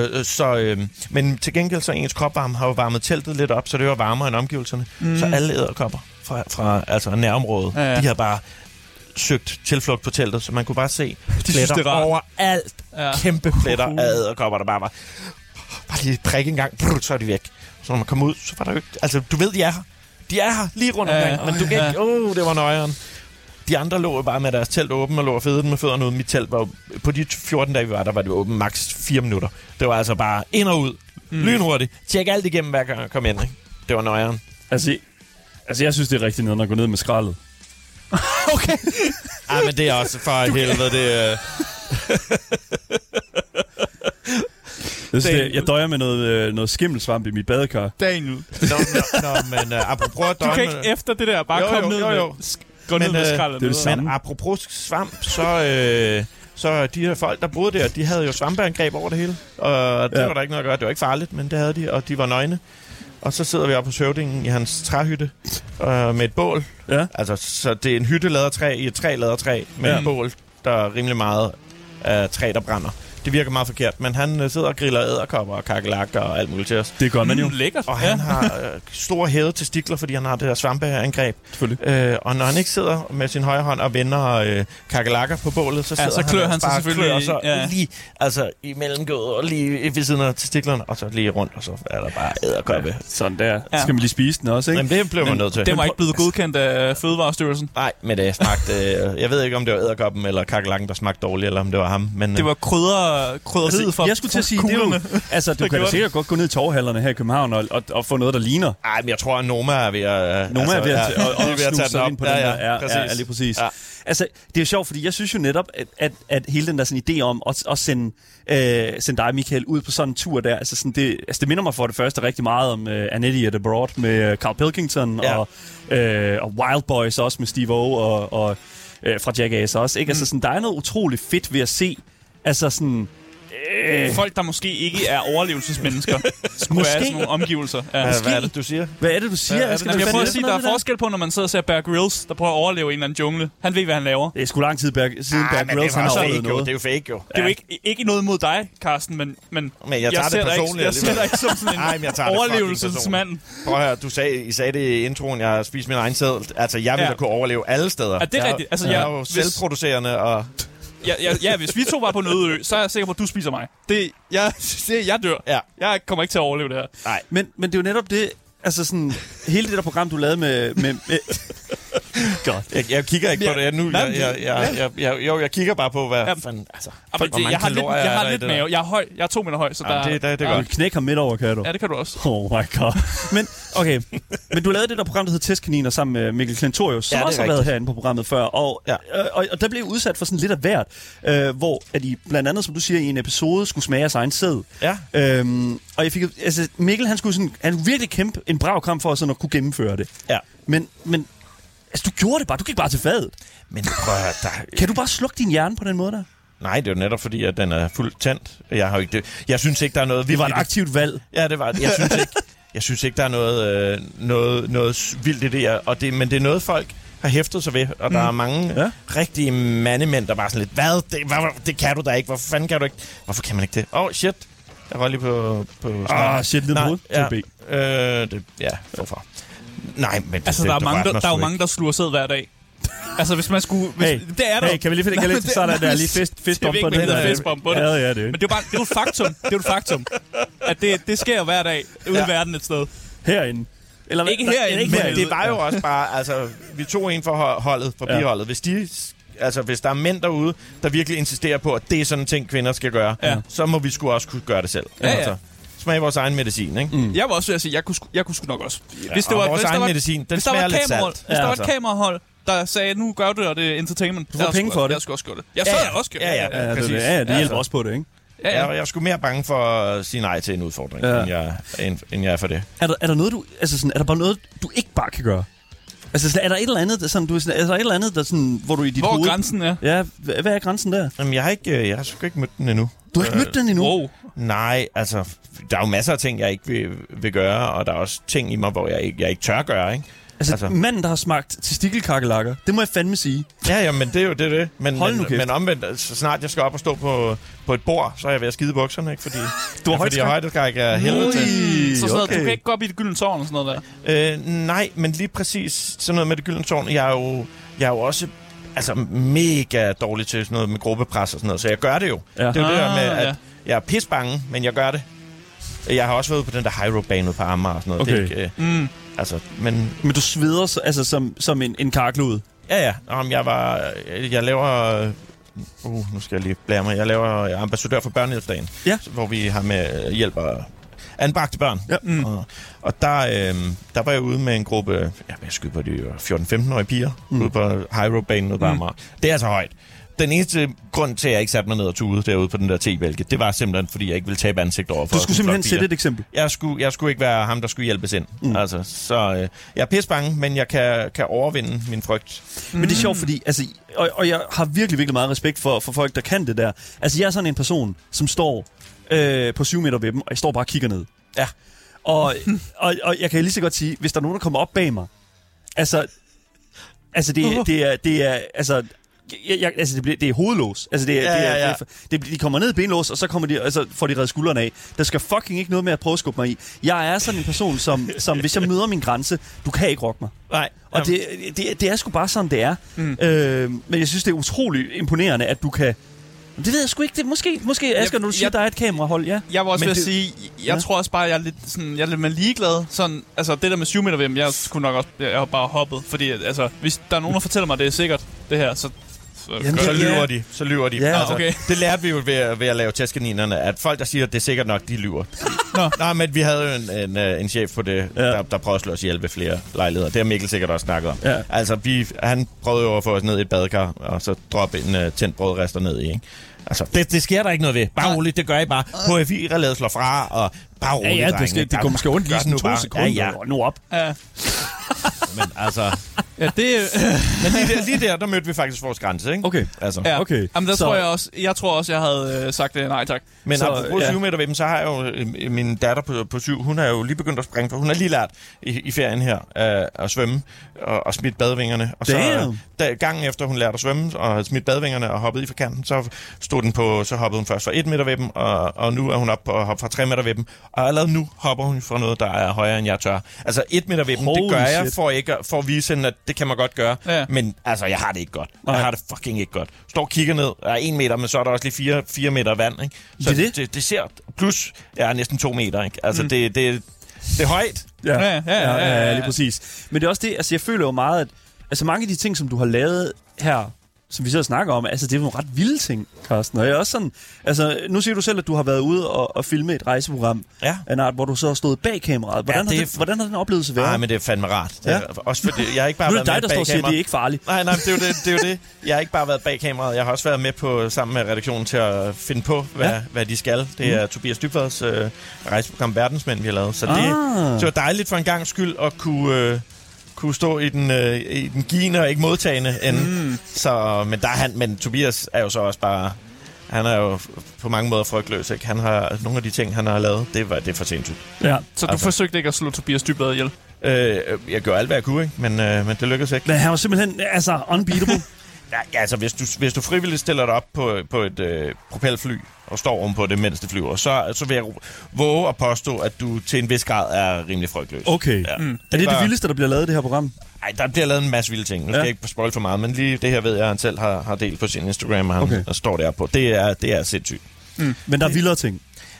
Men til gengæld så ens kropvarme har jo varmet teltet lidt op, så det var varmere end omgivelserne. Så alle edderkopper fra altså nærområdet, de har bare søgt tilflugt på teltet, så man kunne bare se pletter overalt. Kæmpe pletter af edderkopper, der bare lige prikke en gang, så er de væk. Så når man kommer ud, så var der jo ikke... Altså, du ved, de er her. De er her lige rundt omkring, men du kan ikke... det var nøjeren. De andre lå bare med deres telt åben og lå og fedede med fødderne ud. Mit telt var på de 14 dage, vi var der, var det åben maks 4 minutter. Det var altså bare ind og ud. Lynhurtigt. Tjek alt igennem, hver gang jeg kom ind, ikke? Det var nøjeren. Altså, jeg synes, det er rigtig noget, at gå ned med skraldet. Okay. Men det er også for helvede, det... Jeg døjer med noget skimmelsvamp i mit badekar. Daniel. Men apropos du kan ikke efter det der bare komme ned med... Gå ned med skraldet. Men apropos svamp, så de her folk, der boede der, de havde jo svampeangreb over det hele. Og det var der ikke noget at gøre. Det var ikke farligt, men det havde de, og de var nøgne. Og så sidder vi oppe hos høvdingen i hans træhytte med et bål. Ja. Altså, så det er en hytte lavet af træ i et træ lavet af træ med et bål, der er rimelig meget træ, der brænder. Det virker meget forkert, men han sidder og griller edderkopper og kakelakker og alt muligt til os. Det gør man jo. Lækkert. Og han har store hævede testikler, fordi han har det der svampeangreb. Og når han ikke sidder med sin højre hånd og vender kakelakker på bålet, så sidder så klør han sig selvfølgelig og så lige altså i mellemgået og lige ved siden af testiklerne, og så lige rundt, og så er der bare edderkoppe. Ja, sådan der. Ja. Skal man lige spise den også, ikke? Jamen, det blev man nødt til. Det var ikke blevet godkendt af Fødevarestyrelsen. Nej, men det smagte... jeg ved ikke, om det var edderkoppen eller kakelakken, der smagte dårligt, eller om det var ham. Men, det var krydderiet fra. Jeg skulle til at sige, du kan da sikkert godt gå ned i torvhallerne her i København og få noget, der ligner. Nej, men jeg tror, at Noma er ved at... Noma er ved at tage den op. På den der. Ja, lige præcis. Ja. Altså, det er jo sjovt, fordi jeg synes jo netop, at hele den der sådan idé om at sende dig, Michael, ud på sådan en tur der, altså sådan det minder mig for det første rigtig meget om Annette at Abroad med Carl Pilkington og Wild Boys også med Steve O og fra Jackass også, ikke? Altså sådan, der er noget utroligt fedt ved at se, altså sådan... folk, der måske ikke er overlevelsesmennesker, skulle være sådan nogle omgivelser. Ja. Hvad er det, du siger? Hvad er det, du siger? Jeg prøver at sige, der er forskel på, når man sidder og ser Bear Grylls, der prøver at overleve en eller anden jungle. Han ved, hvad han laver. Det er sgu lang tid siden Bear Grylls har overlevet noget. Det er jo fake, jo. Det er jo ikke noget mod dig, Carsten, men jeg tager det personligt. Jeg ser dig ikke som sådan en overlevelsesmand. Prøv at høre, I sagde det i introen, jeg har spist min egen sæd. Altså, jeg vil da kunne overleve alle steder. Er det rigtigt? Altså, jeg er jo selvproducerende og... Ja, hvis vi to var på en øde ø, så er jeg sikker på, at du spiser mig. Jeg dør. Ja. Jeg kommer ikke til at overleve det her. Nej. Men det er jo netop det, altså sådan, hele det der program, du lavede med God. Jeg kigger ikke på det nu. Jeg kigger bare på, hvad fanden... Altså, jeg har lidt mave. Jeg er høj. Jeg er 2 meter høj, så der... Det er godt. Du knækker midt over, kan du? Ja, det kan du også. Oh my god. Men Okay, men du lavede det der program, der hedder Testkaniner, sammen med Mikkel Klentorius, som også har været herinde på programmet før, og der blev udsat for sådan lidt af hvert, hvor at I blandt andet, som du siger, i en episode skulle smage af sin egen sæd. Ja. Og jeg fik, altså Mikkel, han skulle virkelig kæmpe en brav kamp for sådan at kunne gennemføre det. Ja. Men altså, du gjorde det bare, du gik bare til fadet. Men prøv at Kan du bare slukke din hjerne på den måde der? Nej, det er jo netop fordi, at den er fuldt tændt. Jeg har jo ikke det. Jeg synes ikke, der er noget vildt. Det var et aktivt valg. Ja, det var det. Jeg synes ikke, der er noget vildt i det, men det er noget, folk har hæftet sig ved, og der er mange rigtige mandemænd, der bare sådan lidt, det kan du da ikke, hvorfor fanden kan du ikke? Hvorfor kan man ikke det? Shit. Jeg var lige på shit, ned på hvorfor? Nej, men altså, der er jo mange, der sluger sæd hver dag. Altså, hvis man skulle... det er der. Hey, kan vi lige finde lidt? Så er der lige fistbomb på det. Ja, det. Men det er jo et faktum. Det er jo et faktum. At det sker hver dag ude i verden et sted. Herinde. Eller ikke herinde. Men det var jo også bare... Altså, vi tog en for holdet, for biholdet. Hvis der er mænd derude, der virkelig insisterer på, at det er sådan en ting, kvinder skal gøre, så må vi sgu også kunne gøre det selv. Ja. Altså, smage vores egen medicin, ikke? Jeg var også ved at sige, jeg kunne sgu nok også. Hvis det var vores egen medicin, den smager lidt salt. Hvis der var et kamerahold, der sagde, nu gør det, og det er entertainment. Du får penge for det. Jeg skulle også gøre det. Jeg også gøre det. Ja, det hjælper også på det, ikke? Ja. Jeg er sgu mere bange for at sige nej til en udfordring, end jeg er for det. Er der noget, er der bare noget, du ikke bare kan gøre? Altså, er der et eller andet, der sådan, hvor du i dit hoved... Hvor grænsen er? Ja, hvad er grænsen der? Jamen, jeg har sgu ikke mødt den endnu. Du har ikke mødt den endnu? Wow. Nej, altså, der er jo masser af ting, jeg ikke vil gøre, og der er også ting i mig, hvor jeg ikke tør gøre, ikke? Altså, manden, der har smagt testikelkakkelakker, det må jeg fandme sige. Ja, men det er jo det. Men omvendt, så snart jeg skal op og stå på et bord, så er jeg ved at skide bukserne, ikke? Fordi højdeskræk er helvede til. Så du kan ikke gå op i det gyldne tårn og sådan noget der? Nej, men lige præcis sådan noget med det gyldne tårn. Jeg er jo også mega dårlig til sådan noget med gruppepres og sådan noget, så jeg gør det jo. Ja. Det er jo det der med, at jeg er pisbange, men jeg gør det. Jeg har også været på den der high rope bane på Amager og sådan noget. Okay. Det er ikke, men du sveder som en karklud? Ja. Jeg laver... nu skal jeg lige blære mig. Jeg er ambassadør for børnehjælpsdagen, hvor vi har med hjælp og anbragte børn. Ja. Og der var jeg ude med en gruppe, jeg skyder på de 14-15-årige piger, ude på high rope banen ude på Amager. Det er altså højt. Den eneste grund til, at jeg ikke satte mig ned og tude derude på den der T-bælge, det var simpelthen, fordi jeg ikke ville tabe ansigt over for. Du skulle simpelthen sætte et eksempel? Jeg skulle ikke være ham, der skulle hjælpes ind. Altså, så jeg er pissebange, men jeg kan overvinde min frygt. Men det er sjovt, fordi... Altså, og jeg har virkelig, virkelig meget respekt for folk, der kan det der. Altså, jeg er sådan en person, som står på 7 meter ved dem, og jeg står bare og kigger ned. Ja. Og jeg kan lige så godt sige, hvis der er nogen, der kommer op bag mig... Altså, det er det er hovedlås. Altså de kommer ned i benlås, og så kommer de, altså får de reddet skuldrene af. Der skal fucking ikke noget med at prøve at skubbe mig i. Jeg er sådan en person, som hvis jeg møder min grænse, du kan ikke rokke mig. Nej. Og det er sgu bare sådan, det er. Men jeg synes, det er utroligt imponerende, at du kan... Det ved jeg sgu ikke. Det måske Asger, når du siger, der er et kamerahold, ja. Jeg var også ved at sige, jeg tror også bare, jeg er lidt mere ligeglad. Sådan, altså det der med 7 meter ved dem, jeg har bare hoppet. Fordi altså, hvis der er nogen, der fortæller mig, det er sikkert, det her, så lyver de. Ja, okay. Det lærte vi jo ved at lave testkaninerne, at folk, der siger, at det er sikkert nok, de lyver. Nej, men vi havde jo en chef på det, der prøvede at slå os ihjel ved flere lejligheder. Det har Mikkel sikkert også snakket om. Ja. Altså, han prøvede jo at få os ned i et badekar, og så droppe en tændt brødrester ned i, ikke? Altså, det sker der ikke noget ved. Bare roligt, det gør I bare. HFI-relæet slår fra, og bare roligt, drenge. Det går måske ondt lige sådan 2 sekunder. Ja. Nu op. Ja. Men altså... Ja, det... Men lige der mødte vi faktisk vores grænse, ikke? Okay. Altså. Ja. Okay. Jamen, der tror jeg også... Jeg tror også, jeg havde sagt nej tak. Men apropos 7 meter ved dem, så har jeg jo... Min datter på 7, hun er jo lige begyndt at springe, for hun har lige lært i ferien her at svømme og smidt badevingerne. Og så gangen efter hun lærte at svømme og havde smidt badevingerne og hoppet i forkanten, så hoppede hun først fra 1 meter ved dem, og nu er hun oppe og hopper fra 3 meter ved dem. Og allerede nu hopper hun fra noget, der er højere, end jeg tør. Altså 1 meter ved dem, det gør jeg for at vise hende, at det kan man godt gøre. Ja. Men altså, jeg har det ikke godt. Jeg har det fucking ikke godt. Står og kigger ned, der er 1 meter, men så er der også lige 4 meter vand, ikke? Så det ser... Plus, jeg er næsten 2 meter, ikke? Altså, det er højt. Ja, lige præcis. Men det er også det, altså jeg føler jo meget, at altså mange af de ting, som du har lavet her som vi så snakker om, altså det er jo nogle ret vilde ting, Carsten. Og jeg er også sådan, altså nu siger du selv, at du har været ude og filme et rejseprogram af en art, hvor du så har stået bag kameraet. Hvordan har den oplevelse været? Nej, men det er fandme rart. Også fordi jeg har ikke bare været med bag kameraet. Nu er det dig, der står og siger, at det er ikke farligt. Nej, det er jo det. Jeg har ikke bare været bag kameraet. Jeg har også været med på sammen med redaktionen til at finde på, hvad de skal. Det er Tobias Dybvads rejseprogram Verdensmænd, vi har lavet. Så det var dejligt for en gang skyld at kunne stå i den givende og ikke modtagende ende. Så, men Tobias er jo så også bare... Han er jo på mange måder frygtløs, ikke? Han har nogle af de ting, han har lavet, det er for sindssygt. Ja, så du forsøgte ikke at slå Tobias Dybvad ihjel? Jeg gør alt, hvad jeg kunne, ikke? Men det lykkedes ikke. Men han var simpelthen unbeatable. Ja, altså hvis du frivilligt stiller dig op på et propelfly og står ovenpå det, mens det flyver, så vil jeg våge at påstå, at du til en vis grad er rimelig frygtløs. Okay. Ja. Er det vildeste, der bliver lavet i det her program? Nej, der bliver lavet en masse vilde ting. Nu skal jeg ikke spoil for meget, men lige det her ved jeg, at han selv har delt på sin Instagram, og han står der på. Det er sindssygt. Men der er vildere ting.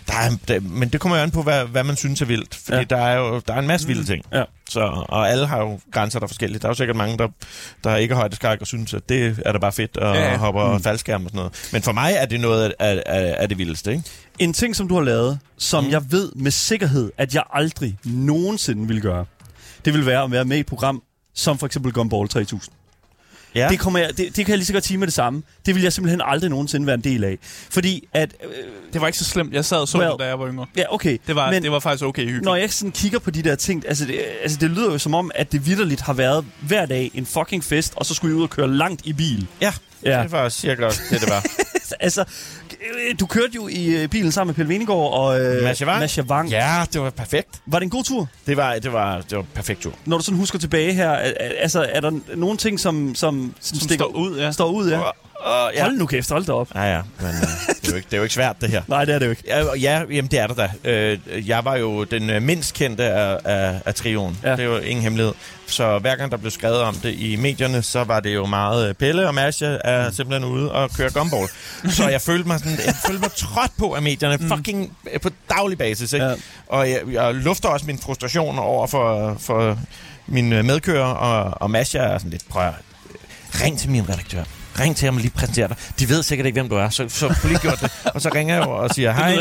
Men det kommer jo an på, hvad man synes er vildt. Fordi der er en masse vilde ting. Ja. Og alle har jo grænser, der er forskellige. Der er jo sikkert mange, der ikke har højdeskræk og synes, at det er da bare fedt at hoppe og faldskærm og sådan noget. Men for mig er det noget af det vildeste, ikke? En ting, som du har lavet, som jeg ved med sikkerhed, at jeg aldrig nogensinde vil gøre, det vil være at være med i et program, som for eksempel Gumball 3000. Ja. Det kan jeg lige så godt sige med det samme. Det vil jeg simpelthen aldrig nogensinde være en del af. Fordi at... det var ikke så slemt. Jeg sad og så det, da jeg var yngre. Ja, okay. Det var faktisk okay hyggeligt. Når jeg sådan kigger på de der ting... Altså det lyder jo som om, at det vitterligt har været hver dag en fucking fest, og så skulle I ud og køre langt i bil. Ja. Det var cirka det var. Altså, du kørte jo i bilen sammen med Pelle Venegård og Masha Wang. Ja, det var perfekt. Var det en god tur? Det var en perfekt tur. Når du sådan husker tilbage her, altså er der nogle ting, som stikker ud, ja. Står ud, ja. Hold nu kæft, hold da op. Ja, men det er jo ikke svært, det her. Nej, det er det jo ikke. Ja, jamen det er der da. Jeg var jo den mindst kendte af trioen. Ja. Det er jo ingen hemmelighed. Så hver gang der blev skrevet om det i medierne, så var det jo meget Pelle og Masha er simpelthen ude og køre gumball. Så jeg følte mig trådt på af medierne fucking på daglig basis, ikke? Ja. Og jeg lufter også min frustration over for min medkører og Masha er sådan lidt, prøv at ring til min redaktør. Ring til ham og lige præsentere dig. De ved sikkert ikke, hvem du er, så få lige gjort det. Og så ringer jeg og siger, hej,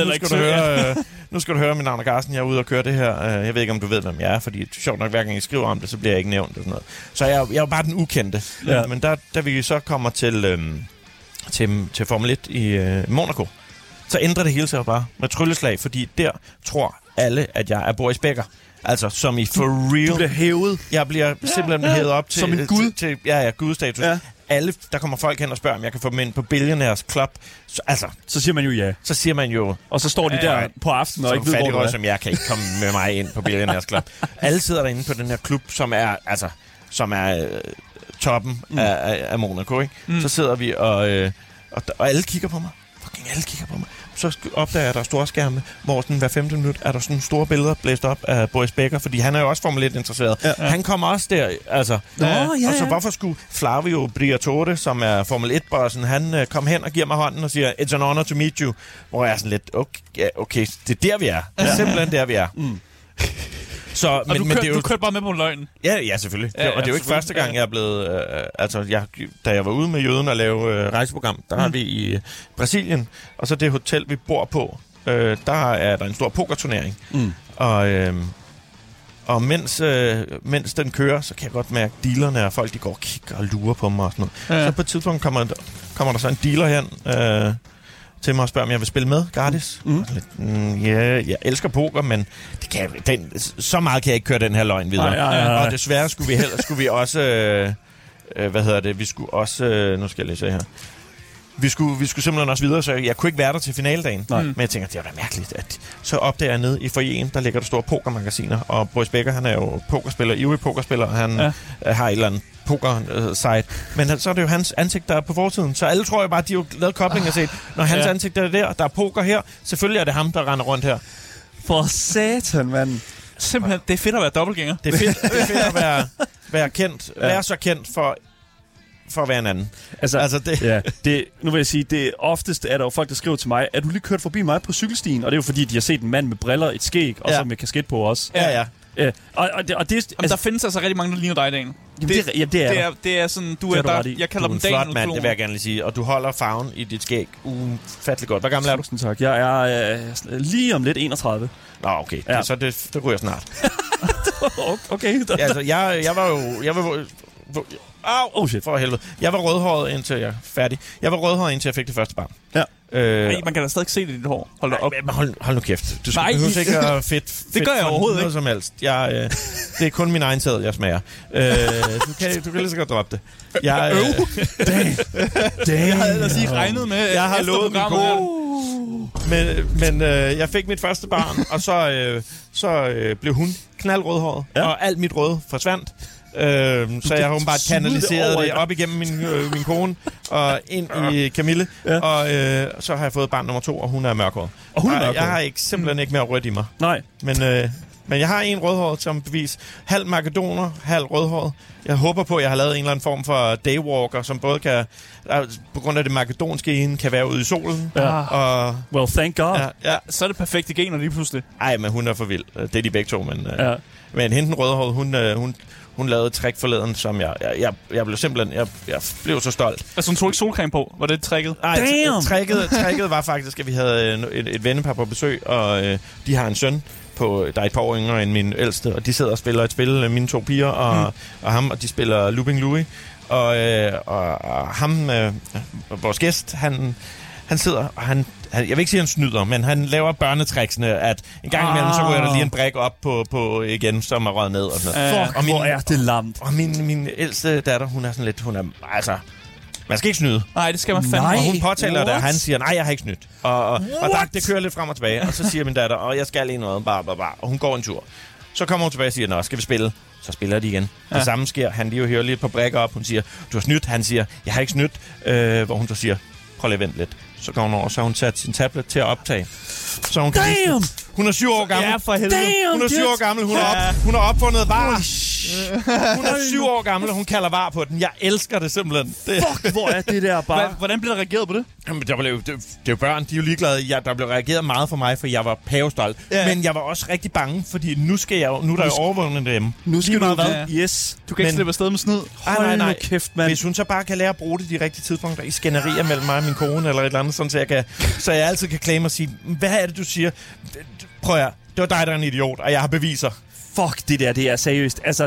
nu skal du høre, mit navn er Carsten, jeg er ude og køre det her. Jeg ved ikke, om du ved, hvem jeg er, fordi sjovt nok, hver gang jeg skriver om det, så bliver jeg ikke nævnt. Og sådan noget. Så jeg er jo bare den ukendte. Ja. Men da vi så kommer til Formel 1 i Monaco, så ændrer det hele sig bare med trylleslag, fordi der tror alle, at jeg er Boris Becker. Altså, som i for real. Du bliver hævet. Jeg bliver simpelthen hævet op til... Som en gud? Til gudstatus. Ja. Alle, der kommer folk hen og spørger, om jeg kan få dem ind på Billionaires Club. Så siger man jo ja. Så siger man jo... Og så står de der på aftenen og ikke ved, hvor du er. Som jeg kan ikke komme med mig ind på Billionaires Club. Alle sidder derinde på den her klub, som er toppen af Monaco, ikke? Så sidder vi, og alle kigger på mig. Fucking alle kigger på mig. Så opdager jeg, at der er store skærme, hvor sådan hver 15 minut er der sådan store billeder blæst op af Boris Becker, fordi han er jo også Formel 1-interesseret. Ja. Han kommer også der, altså. Og så hvorfor skulle Flavio Briatore, som er Formel 1-bossen, han kom hen og giver mig hånden og siger, it's an honor to meet you, hvor jeg er sådan lidt, okay, det er der, vi er. Det er simpelthen der, vi er. Så, og du kørte bare med på løgnen? Ja, selvfølgelig. Ja, og det er jo ikke første gang, jeg er blevet... da jeg var ude med jøden og lave rejseprogram, der har vi i Brasilien, og så det hotel, vi bor på, der er der en stor pokerturnering. Og mens den kører, så kan jeg godt mærke, at dealerne og folk, de går og kigger og lurer på mig og sådan noget. Ja. Så på et tidspunkt kommer der så en dealer hen... til mig og spørger, om jeg vil spille med gratis. Jeg elsker poker, men så meget kan jeg ikke køre den her løgn videre. Og desværre skulle vi også... vi skulle også... nu skal jeg læse her. Vi skulle simpelthen også videre, så jeg kunne ikke være der til finaledagen. Men jeg tænker, det er da mærkeligt. Så opdager jeg ned i foyeren, der ligger der store pokermagasiner, og Boris Becker, han er jo pokerspiller, ivrig pokerspiller, han har et eller andet poker-site. Men så er det jo hans ansigt, der er på forsiden. Så alle tror jo bare, at de har lavet kobling og set, når hans ansigt er der er poker her, selvfølgelig er det ham, der render rundt her. For satan, mand. Simpelthen, det er fedt at være dobbeltgænger. Det er fedt at være kendt. Være så kendt for at være en anden. Nu vil jeg sige, det oftest er der jo folk, der skriver til mig, er du lige kørt forbi mig på cykelstien? Og det er jo fordi, de har set en mand med briller, et skæg, og så med kasket på også. Ja. Der findes altså rigtig mange, der ligner dig, Daniel. Det er sådan, du er der, jeg kalder dem Daniel. Du er en flot mand, det vil jeg gerne lige sige. Og du holder farven i dit skæg ufattelig godt. Hvor gammel er du? Tusind tak. Jeg er lige om lidt 31. Nå, okay. Ja. Så det ryger snart. Okay. Altså, jeg var shit. For helvede. Jeg var rødhåret indtil jeg færdig. Jeg var rødhåret indtil jeg fik det første barn. Ja. Man kan da stadig se det i dit hår. Hold da op. Hold nu kæft. Du skal behøver ikke at fedt. Det gør jeg overhovedet ikke. Som helst. Det er kun min egen sæd, jeg smager. Du kan lige så godt droppe det. Jeg havde ellers ikke regnet med. Jeg har lovet min kone. Men jeg fik mit første barn, og så blev hun knaldrødhåret, og alt mit røde forsvandt. Så jeg har bare kanaliseret det op igennem min kone og ind i Camille, og så har jeg fået barn nummer 2, og hun er mørkhåret. Og hun er mørkhåret? Jeg har simpelthen ikke mere rødt i mig. Nej. Men jeg har en rødhåret som bevis. Halv makedoner, halv rødhåret. Jeg håber på, at jeg har lavet en eller anden form for daywalker, som både kan, på grund af det makedonske ene, kan være ude i solen. Ja. Og, well, thank God. Ja. Så er det perfekte gener lige pludselig. Ej, men hun er for vild. Det er de begge to, men hende den rødhåret, hun lavede et trick forleden, som jeg blev simpelthen... Jeg blev så stolt. Altså, hun tog ikke solcreme på? Var det tricket? Nej, tricket var faktisk, at vi havde et vennepar på besøg, og de har en søn, der er et par år yngre end min ældste, og de sidder og spiller et spil, mine 2 piger og ham, og de spiller Looping Louie. Og ham, vores gæst, han sidder, og jeg vil ikke sige, at han snyder, men han laver børnetricksene, at en gang imellem, så ryger der lige en brik op på igen, som er røget ned. Og sådan noget. Fuck, hvor er det lamt. Og min ældste datter, hun er sådan lidt, altså, man skal ikke snyde. Nej, det skal man fandme. Og hun påtaler det, og han siger, nej, jeg har ikke snydt. Og det kører lidt frem og tilbage, og så siger min datter, jeg skal lige noget, bare. Og hun går en tur. Så kommer hun tilbage og siger, nå, skal vi spille? Så spiller de igen. Ja. Det samme sker. Han lige hører lidt på brækker op. Hun siger, du har snydt. Han siger, jeg har ikke snydt. Hvor hun så siger, prøv lige at vente lidt. Så går hun over, så har hun sat sin tablet til at optage. Så hun kan hun er 7 år gammel. Ja, for helvede. Hun er 7 år gammel. Hun har opfundet VAR. Hun er 7 år gammel, og hun kalder VAR på den. Jeg elsker det simpelthen. Fuck, hvor er det der bare. Hvordan blev der reageret på det? Jamen, det er jo børn, de er jo ligeglade. Der blev reageret meget for mig, for jeg var pavestolt. Ja. Men jeg var også rigtig bange, fordi nu er der jo overvågning derhjemme. Nu skal du hvad? Yes. Du kan ikke slippe afsted med snyd. Nej. Kæft, mand. Hvis hun så bare kan lære at bruge det de rigtige tidspunkter i skænderier mellem mig og min kone, eller et eller andet, sådan, så jeg altid kan claim og sige, hvad er det, du siger? Prøv at det var dig, der er en idiot, og jeg har beviser. Fuck, det er seriøst. Altså,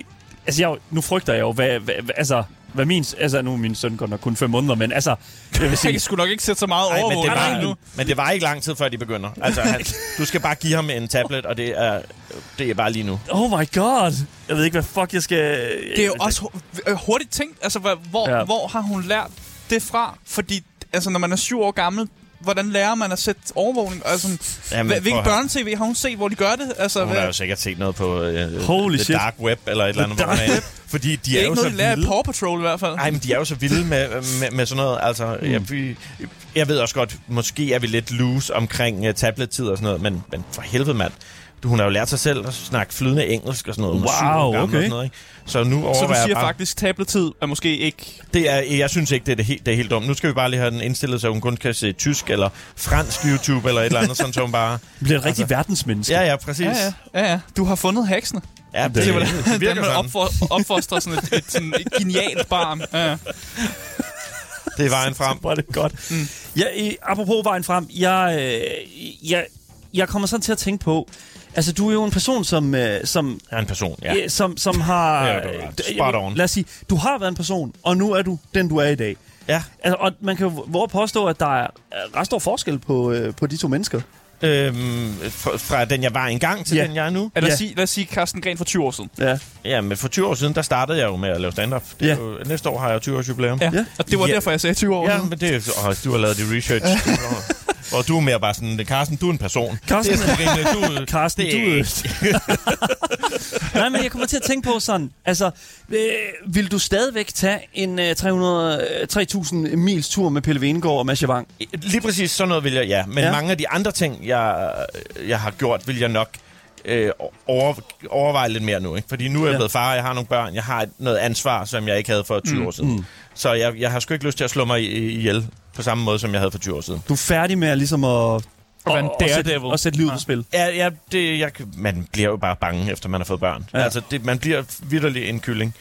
nu frygter jeg jo, hvad min... Altså, nu er min søn godt kun 5 måneder, men altså... Jeg vil sige, jeg skulle nok ikke sætte så meget overvågning. Men det var ikke lang tid, før de begynder. Altså, du skal bare give ham en tablet, og det er bare lige nu. Oh my god! Jeg ved ikke, hvad fuck jeg skal... Det er jo også hurtigt tænkt. Altså, hvor har hun lært det fra? Fordi, altså, når man er 7 år gammel, hvordan lærer man at sætte overvågning? Altså, hvilken børne-tv har hun set, hvor de gør det? Altså, hun har jo sikkert set noget på the dark web, eller et eller andet. Fordi de er jo så vilde. Det er ikke noget, de lærer Paw Patrol i hvert fald. Nej, men de er jo så vilde med sådan noget. Altså, jeg ved også godt, måske er vi lidt loose omkring tablet-tid og sådan noget, men for helvede, mand. Hun har jo lært sig selv at snakke flydende engelsk og sådan noget. Wow, okay. Sådan noget, ikke? Så du siger faktisk, tablet-tid er måske ikke... Jeg synes ikke, det er helt dumt. Nu skal vi bare lige have den indstillet, så hun kun kan se tysk eller fransk YouTube eller et eller andet, sådan så hun bare... bliver et rigtig verdensmenneske. Ja, præcis. Ja. Du har fundet hacksene. Ja, det virker sådan. Opfostrer sådan et genialt barn. Ja. Det er vejen frem. Var det godt. Ja, apropos vejen frem, jeg kommer sådan til at tænke på, altså, du er jo en person, som... Jeg er en person, ja. Som har... Spot on. Lad os sige, du har været en person, og nu er du den, du er i dag. Ja. Altså, og man kan jo påstå, at der er ret stor forskel på de 2 mennesker. Fra den, jeg var engang, til den, jeg er nu. Lad os sige Carsten Gren for 20 år siden. Ja, men for 20 år siden, der startede jeg jo med at lave stand-up. Næste år har jeg 20 års jubilæum. Ja. Og det var derfor, jeg sagde 20 år siden. Ja, men du har lavet de research. Og du er mere bare sådan, Carsten, du er en person. Carsten, Carsten, Nej, men jeg kommer til at tænke på sådan, altså, vil du stadigvæk tage en 3.000 mils tur med Pelle Venegård og Masha Wang? Lige præcis sådan noget vil jeg, ja. Men mange af de andre ting, jeg har gjort, vil jeg nok overveje lidt mere nu. Ikke? Fordi nu er jeg blevet far, jeg har nogle børn, jeg har noget ansvar, som jeg ikke havde for 20 år siden. Så jeg har sgu ikke lyst til at slå mig ihjel på samme måde, som jeg havde for 20 år siden. Du er færdig med at, ligesom at Og sætte livet på spil. Ja, man bliver jo bare bange, efter man har fået børn. Ja. Altså, man bliver vitterlig en kylling.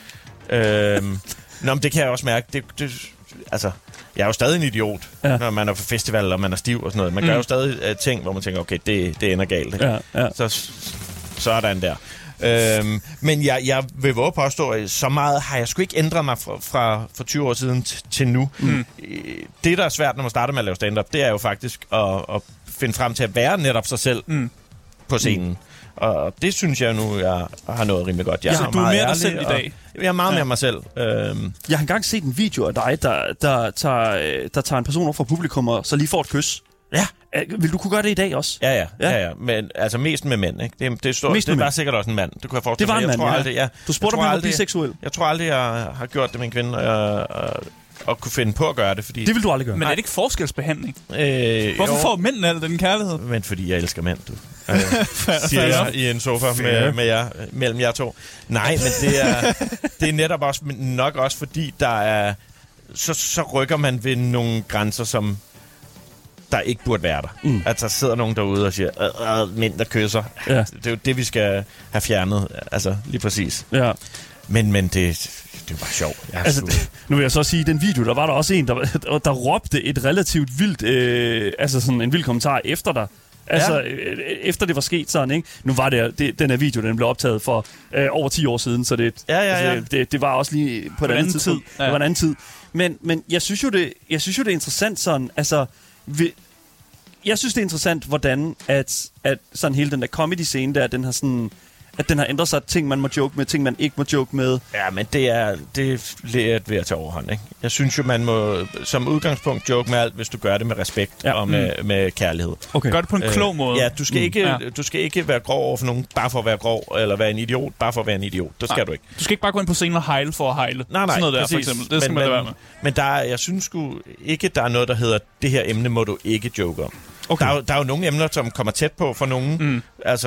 Men det kan jeg også mærke. Altså, jeg er jo stadig en idiot, når man er på festival, og man er stiv og sådan noget. Man gør jo stadig ting, hvor man tænker, okay, det ender galt. Ikke? Ja. Så er der en der. Men jeg vil våge påstå, at så meget har jeg sgu ikke ændret mig fra 20 år siden til nu. Det, der er svært, når man starter med at lave stand-up, det er jo faktisk at finde frem til at være netop sig selv på scenen. Og det synes jeg nu, jeg har nået rimelig godt. Så du er mere dig selv i dag? Jeg er meget mere mig selv. Jeg har engang set en video af dig, der tager en person over fra publikum og så lige får et kys. Ja. Vil du kunne gøre det i dag også? Ja. Men altså mest med mænd, ikke? Det var sikkert også en mand. Det kunne jeg forestille mig. Det var en mand, aldrig, Du spurgte, om han var biseksuel. Jeg tror aldrig, jeg har gjort det med en kvinde, og kunne finde på at gøre det, fordi... Det vil du aldrig gøre. Men er det ikke forskelsbehandling? Hvorfor får mænd al den kærlighed? Men fordi jeg elsker mænd, du. Siger jeg i en sofa med jer, mellem jer to. Nej, men det er netop også, nok også fordi, der er... Så rykker man ved nogle grænser, som der ikke burde være der. At der sidder nogen derude og siger, mænd, der kysser. Ja. Det er jo det, vi skal have fjernet. Altså, lige præcis. Ja. Men det var sjovt. Nu vil jeg så sige, i den video, der var der også en, der råbte et relativt vildt, altså sådan en vild kommentar efter dig. Altså, efter det var sket sådan, ikke? Nu var den her video, den blev optaget for over 10 år siden, så det var også lige på et andet tidspunkt. Det var en anden tid. Men jeg synes jo, det er interessant sådan, altså... Jeg synes, det er interessant, hvordan at sådan hele den der comedy-scene der, den har sådan... At den har ændret sig, ting man må joke med, ting man ikke må joke med. Ja, men det er lidt ved at tage overhånd, ikke? Jeg synes jo, man må som udgangspunkt joke med alt, hvis du gør det med respekt og med kærlighed. Okay. Gør det på en klog måde. Ja, du skal ikke være grov over for nogen, bare for at være grov, eller være en idiot, bare for at være en idiot. Det skal du ikke. Du skal ikke bare gå ind på scenen og hejle for at hejle. Nej, sådan noget præcis. Der, for eksempel. Det skal man være med. Men jeg synes sgu ikke, der er noget, der hedder, det her emne må du ikke joke om. Okay. Der er jo nogle emner, som kommer tæt på for nogen.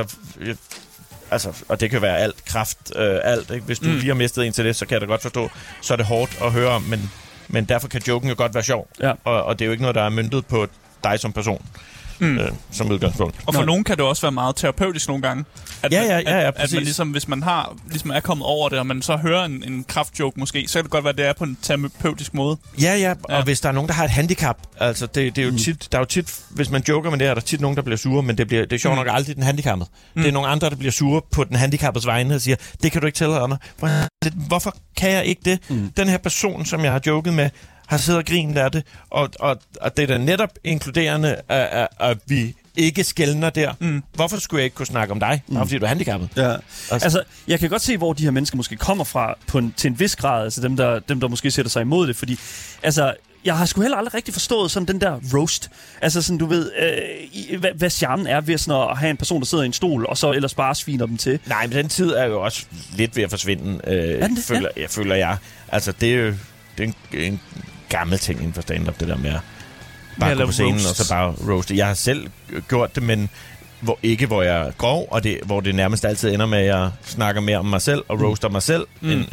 Altså, og det kan være alt, kræft, alt. Ikke? Hvis du lige har mistet en til det, så kan jeg da godt forstå, så er det hårdt at høre om, men derfor kan joken jo godt være sjov. Ja. Og det er jo ikke noget, der er møntet på dig som person, som udgangspunkt. Og for nogen kan det også være meget terapeutisk nogle gange. At man ligesom, hvis man er kommet over det, og man så hører en kraftjoke måske, så kan det godt være, at det er på en terapeutisk måde. Ja, og hvis der er nogen, der har et handicap, altså det er jo tit, der er jo tit, hvis man joker med det, er der tit nogen, der bliver sure, men det er sjovt nok aldrig den handicappede. Det er nogle andre, der bliver sure på den handicappedes vegne og siger, det kan du ikke tillade mig. Hvorfor kan jeg ikke det? Den her person, som jeg har joket med, har siddet og grinet af det, og det er da netop inkluderende, at vi ikke skelner der. Hvorfor skulle jeg ikke kunne snakke om dig? Bare fordi du er handicappet. Ja. Altså, jeg kan godt se, hvor de her mennesker måske kommer fra til en vis grad, altså dem, der måske sætter sig imod det, fordi altså, jeg har sgu heller aldrig rigtig forstået sådan den der roast. Altså sådan, du ved, hvad charmen er ved sådan at have en person, der sidder i en stol, og så ellers bare sviner dem til. Nej, men den tid er jo også lidt ved at forsvinde, føler jeg. Altså, det er jo en gammel ting inden for stand-up, det der med at bare gå på scenen og så bare roaste. Jeg har selv gjort det, men hvor jeg er grov, og hvor det nærmest altid ender med, at jeg snakker mere om mig selv og roaster mig selv.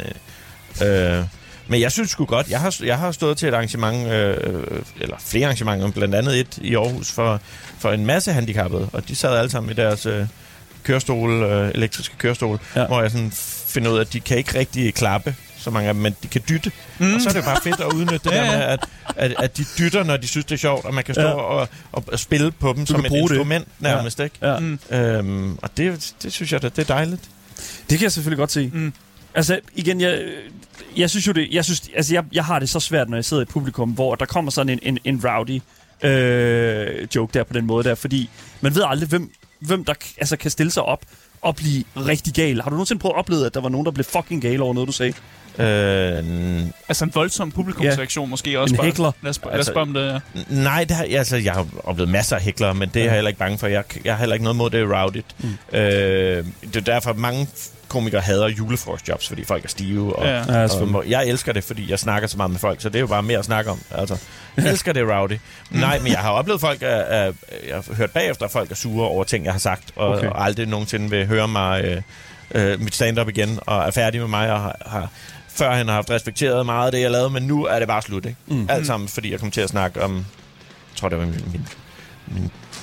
Men jeg synes sgu godt, jeg har stået til et arrangement, eller flere arrangementer, blandt andet et i Aarhus for en masse handicappede, og de sad alle sammen i deres kørestol, elektriske kørestol, hvor jeg sådan finder ud af, at de kan ikke rigtig klappe, så mange af dem, men de kan dytte. Og så er det jo bare fedt at udnytte det der med, at de dytter, når de synes, det er sjovt, og man kan stå og spille på dem som et instrument nærmest, ikke? Ja. Og det synes jeg, det er dejligt. Det kan jeg selvfølgelig godt se. Altså, igen, jeg synes jo jeg har det så svært, når jeg sidder i publikum, hvor der kommer sådan en rowdy joke der på den måde der, fordi man ved aldrig, hvem der altså kan stille sig op og blive rigtig gal. Har du nogensinde prøvet at opleve, at der var nogen, der blev fucking gal over noget, du sagde? Altså en voldsom publikumsreaktion måske også. En hækler. Lad os spørge om det. Nej, jeg har oplevet masser af hæklere, men det er jeg heller ikke bange for. Jeg har heller ikke noget mod det rowdy. Det er derfor, mange komikere hader julefrostjobs, fordi folk er stive. Og jeg elsker det, fordi jeg snakker så meget med folk, så det er jo bare mere at snakke om. Altså, jeg elsker det rowdy. Nej, men jeg har oplevet folk, jeg har hørt bagefter, at folk er sure over ting, jeg har sagt, og aldrig nogensinde vil høre mig mit stand-up igen, og er færdig med mig, og før han har haft respekteret meget af det, jeg lavede, men nu er det bare slut, ikke? Alt sammen, fordi jeg kom til at snakke om, jeg tror, det var min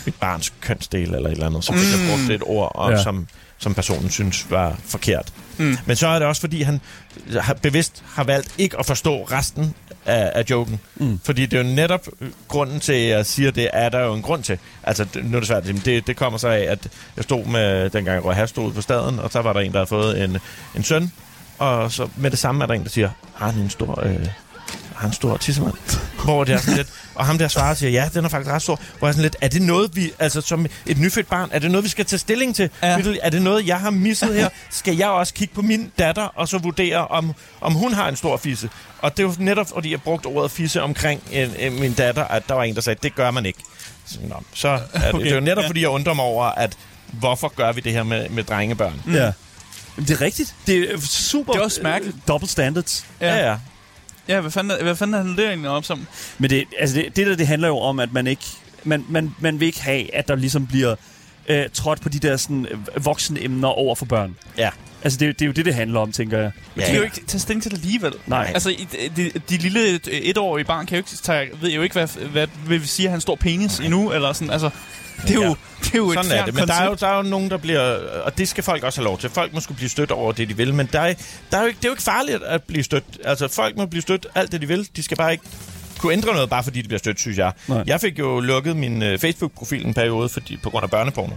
mit barns kønsdel eller et eller andet. Så fik jeg brugt et ord, og, som personen synes var forkert. Men så er det også, fordi han bevidst har valgt ikke at forstå resten af joken. Fordi det er jo netop grunden til, at jeg siger, det er der jo en grund til. Altså, nu er det svært. Det kommer så af, at jeg stod med, dengang jeg stod på staden, og så var der en, der havde fået en søn, og så med det samme er der en, der siger, har han en stor tissemand? Hvor det er sådan lidt, og ham der svarer og siger, ja, den er faktisk ret stor. Hvor jeg sådan lidt, er det noget, vi, altså som et nyfødt barn, er det noget, vi skal tage stilling til? Ja. Er det noget, jeg har misset her? Skal jeg også kigge på min datter, og så vurdere, om hun har en stor fisse? Og det er jo netop, fordi jeg brugte ordet fisse omkring min datter, at der var en, der sagde, det gør man ikke. Så er det er jo netop, fordi jeg undrer mig over, at hvorfor gør vi det her med drengebørn? Ja. Det er rigtigt. Det er super. Det er også mærkeligt. Double standards. Ja. Ja, hvad fanden er det egentlig op som? Men det handler jo om, at man ikke man vil ikke have, at der ligesom bliver trådt på de der sådan voksenemner over for børn. Ja. Altså det er jo det handler om, tænker jeg. Men de kan jo ikke tage stilling til det alligevel. Nej. Altså de lille etårige barn kan jo ikke ved jo ikke hvad vil sige, at han står penis endnu eller sådan. Altså det er jo sådan et er det. Men der er jo nogen, der bliver, og det skal folk også have lov til. Folk må skulle blive stødt over det, de vil, men det er jo ikke farligt at blive stødt. Altså folk må blive stødt alt det, de vil. De skal bare ikke kunne ændre noget, bare fordi de bliver stødt, synes jeg. Nej. Jeg fik jo lukket min Facebook-profil en periode på grund af børneporno.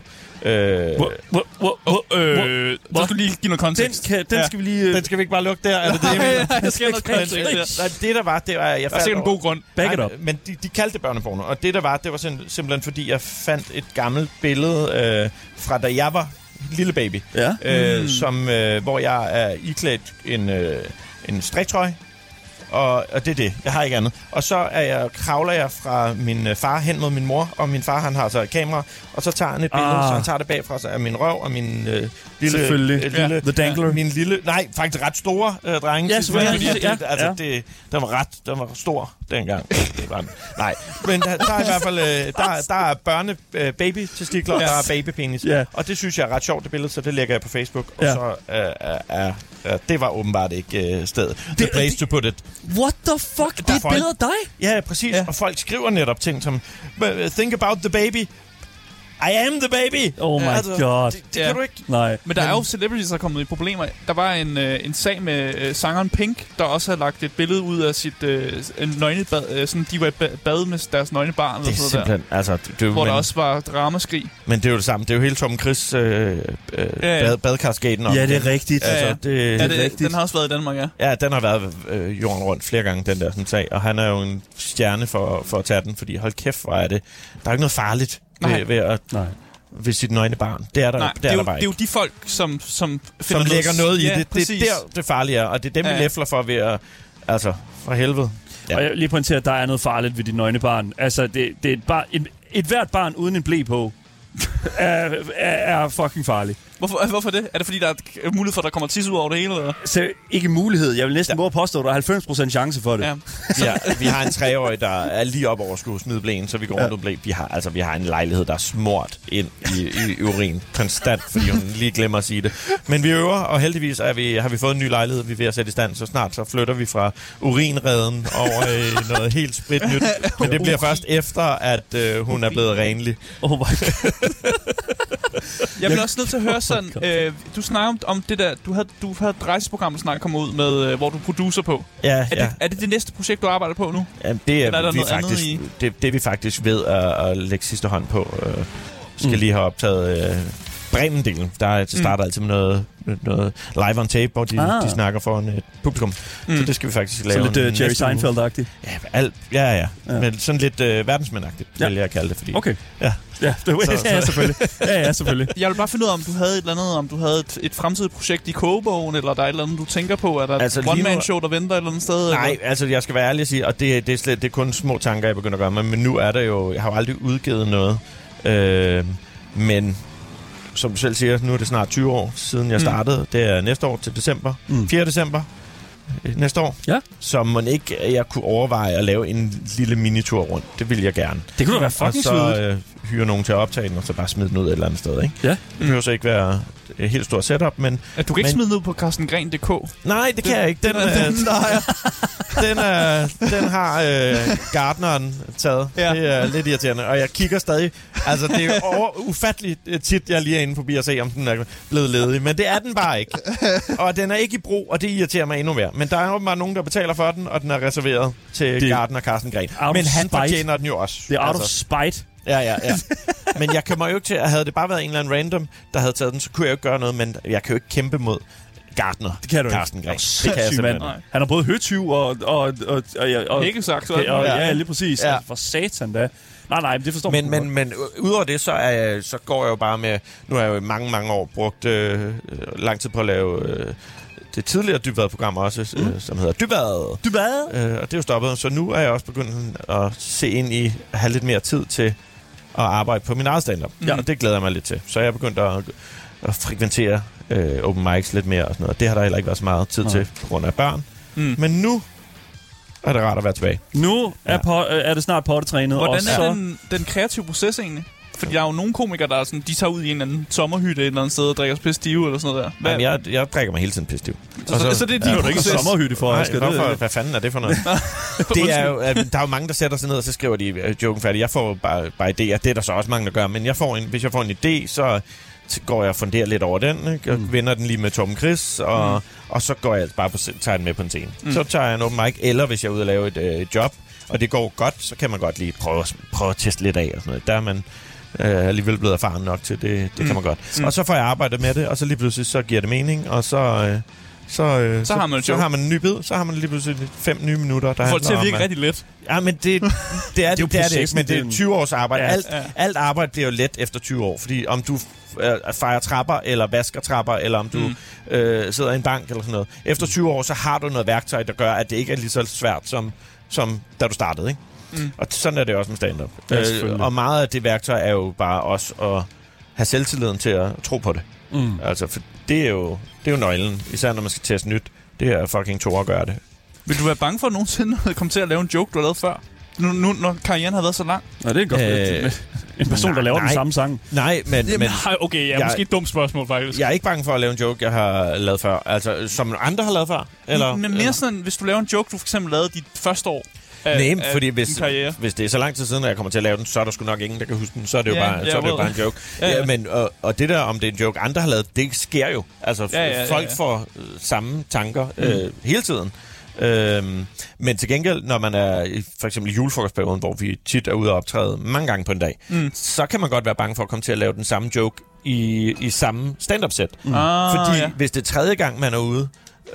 Så skal du lige give noget kontekst. Den skal vi lige... Den skal vi ikke bare lukke der? Er det det? Jeg skal noget kontekst. Det der var, det var... Jeg fandt en god grund. Back it up. Men de kaldte det børneporno, og det der var, det var simpelthen fordi, jeg fandt et gammelt billede fra da jeg var lille baby. Ja. Hvor jeg er iklædt en striktrøje. Og det er det. Jeg har ikke andet. Og så kravler jeg fra min far hen mod min mor, og min far, han har så et kamera, og så tager han et billede, så han tager det bagfra sig af min røv og min lille The Dangler. Min lille, nej, faktisk ret store drenge. Ja, selvfølgelig. Den var stor dengang. Nej, men der er i hvert fald der er børne-baby-testikler, og der er baby-penis. Yeah. Og det synes jeg er ret sjovt, det billede, så det lægger jeg på Facebook. Og så det var åbenbart ikke stedet. The place to put it. What the fuck? Det er et billede af dig? Ja, præcis. Ja. Og folk skriver netop ting som, think about the baby. I am the baby! Oh my god. Det kan du ikke. Nej. Men der er jo celebrities, der er kommet i problemer. Der var en sag med sangeren Pink, der også havde lagt et billede ud af sit nøgnebad. Sådan, de var i bad med deres nøgnebarn. Det er simpelthen... Altså, hvor der også var dramaskrig. Men det er jo det samme. Det er jo hele Tom Chris badkarskaten. Ja, det er rigtigt. Den har også været i Danmark, ja. Ja, den har været jorden rundt flere gange, den der sådan sag. Og han er jo en stjerne for at tage den, fordi hold kæft, hvor er det. Der er ikke noget farligt ved sit nøgne barn. Det er der, det er jo de folk, som lægger noget i det. Det er der, det farlige er, og det er dem, vi læfler for ved at... Altså, for helvede. Ja. Og jeg lige pointerer, at der er noget farligt ved dit nøgne barn. Altså, det er et hvert barn uden en ble på er fucking farligt. Hvorfor det? Er det fordi, der er mulighed for, at der kommer tisse ud over det hele? Eller? Så ikke mulighed. Jeg vil næsten våge påstå, at der er 90% chance for det. Ja. Vi har en 3-årig, der er lige op over skulle smide blæen, så vi går rundt om blæen. Vi har en lejlighed, der er smurt ind i urin konstant, fordi hun lige glemmer at sige det. Men vi øver, og heldigvis har vi fået en ny lejlighed, vi er ved at sætte i stand. Så snart så flytter vi fra urinreden over i noget helt spritnyt. Men det bliver først efter, at hun er blevet renlig. Oh my god. Jeg bliver også nødt til at høre sådan, du snakker om det der, du havde et rejseprogram, der snart kommer ud med, hvor du producer på. Ja, er det næste projekt, du arbejder på nu? Ja, det er vi faktisk ved at lægge sidste hånd på. Skal lige have optaget Bremen-delen. Der starter altid med noget live on tape, hvor de snakker foran et publikum. Så det skal vi faktisk lave. Så lidt Jerry Seinfeld-agtigt? Ja. Men sådan lidt verdensmænd-agtigt, vil jeg kalde det. Fordi, okay. Ja, selvfølgelig. Ja, selvfølgelig. Jeg vil bare finde ud af, om du havde et eller andet, om du havde et fremtidigt projekt i kogebogen, eller der er et eller andet, du tænker på, er der et one-man-show, der venter et eller andet sted? Nej, eller? altså jeg skal være ærlig at sige, og det er kun små tanker, jeg begynder at gøre, men nu er der jo, jeg har jo aldrig udgivet noget, men som du selv siger, nu er det snart 20 år siden jeg startede. Det er næste år til december. 4. december næste år. Ja. Så man ikke jeg kunne overveje at lave en lille minitur rundt. Det vil jeg gerne. Det kunne da være fucking svedigt. hyre nogen til at optage den, og så bare smide den ud et eller andet sted, ikke? Ja. Det behøver så ikke være et helt stort setup, men... Du kan ikke smide den ud på carstengren.dk? Nej, det kan jeg ikke. Den har gartneren taget. Ja. Det er lidt irriterende, og jeg kigger stadig. Altså, det er ufatteligt tit, jeg lige er inde forbi og se, om den er blevet ledig. Men det er den bare ikke. Og den er ikke i brug, og det irriterer mig endnu mere. Men der er jo bare nogen, der betaler for den, og den er reserveret til gartner Carsten Gren. Men han fortjener den jo også. Det er out of spite. Ja. Men jeg kommer jo ikke til, at havde det bare været en eller anden random, der havde taget den, så kunne jeg jo ikke gøre noget, men jeg kan jo ikke kæmpe mod Gartner. Det kan du Carsten ikke. Gren. Det kan jeg simpelthen. Han har både høtyv og hækkesaks. Ja, lige præcis. Ja. For satan da. Nej, det forstår man. Men udover det, så går jeg jo bare med... Nu har jeg jo i mange år brugt lang tid på at lave... det tidligere Dybvad-program også, som hedder Dybvad. Og det er jo stoppet, så nu er jeg også begyndt at se ind i at have lidt mere tid til at arbejde på min eget stand-up. Ja. Og det glæder jeg mig lidt til. Så jeg er begyndt at frekventere open mics lidt mere og sådan noget. Det har der heller ikke været så meget tid til på grund af børn. Men nu er det rart at være tilbage. Nu er det snart pottetrænet. Hvordan er den kreative proces egentlig? Fordi der er jo nogle komikere, der er sådan, de tager ud i en eller anden sommerhytte et eller andet sted og drikker pisse stive eller sådan noget der. Jamen, jeg drikker mig hele tiden pisse stive. Så det er de ikke sommerhytte for os. Hvad fanden er det for noget? Det er jo, der er jo mange, der sætter sig ned, og så skriver de joken færdig. Jeg får bare idéer. Det er der så også mange, der gør. Men hvis jeg får en idé, så går jeg og funderer lidt over den, ikke? Og vender den lige med Torben Chris, og så går jeg bare tager den med på en scene. Så tager jeg en open mic, eller hvis jeg er ude og lave et job, og det går godt, så kan man godt lige prøve at teste lidt af og sådan noget. Der er man alligevel blevet erfaren nok til, det kan man godt. Og så får jeg arbejdet med det, og så lige pludselig så giver det mening, og så har man en ny bid, så har man lige pludselig 5 nye minutter, der handler om... Folk til at virke rigtig let. Ja, men det er det ikke, men det er 20 års arbejde. Alt arbejde bliver jo let efter 20 år, fordi om du fejrer trapper, eller vasker trapper, eller om du sidder i en bank, eller sådan noget. Efter 20 år, så har du noget værktøj, der gør, at det ikke er lige så svært, som da du startede, ikke? Og sådan er det også med stand-up. Og meget af det værktøj er jo bare også at have selvtilliden til at tro på det. Altså, for det er jo nøglen, især når man skal teste nyt. Det er fucking Thor at gøre det. Vil du være bange for, at nogensinde komme til at lave en joke, du har lavet før? Nu når karrieren har været så lang? Nej, det er godt. En person, der laver den samme sang. Nej, men okay, måske et dumt spørgsmål, faktisk. Jeg er ikke bange for at lave en joke, jeg har lavet før. Altså, som andre har lavet før? Eller, men mere sådan, hvis du laver en joke, du for eksempel lavede dit første år. Nej, fordi hvis det er så lang tid siden, at jeg kommer til at lave den, så er der sgu nok ingen, der kan huske den. Så er det jo bare en joke. Men, og det der, om det er en joke, andre har lavet, det sker jo. Altså, folk får samme tanker hele tiden. Men til gengæld, når man er i for eksempel julefrokostperioden, hvor vi tit er ude og optræde mange gange på en dag, så kan man godt være bange for at komme til at lave den samme joke i samme stand-up-sæt. Fordi hvis det er tredje gang, man er ude...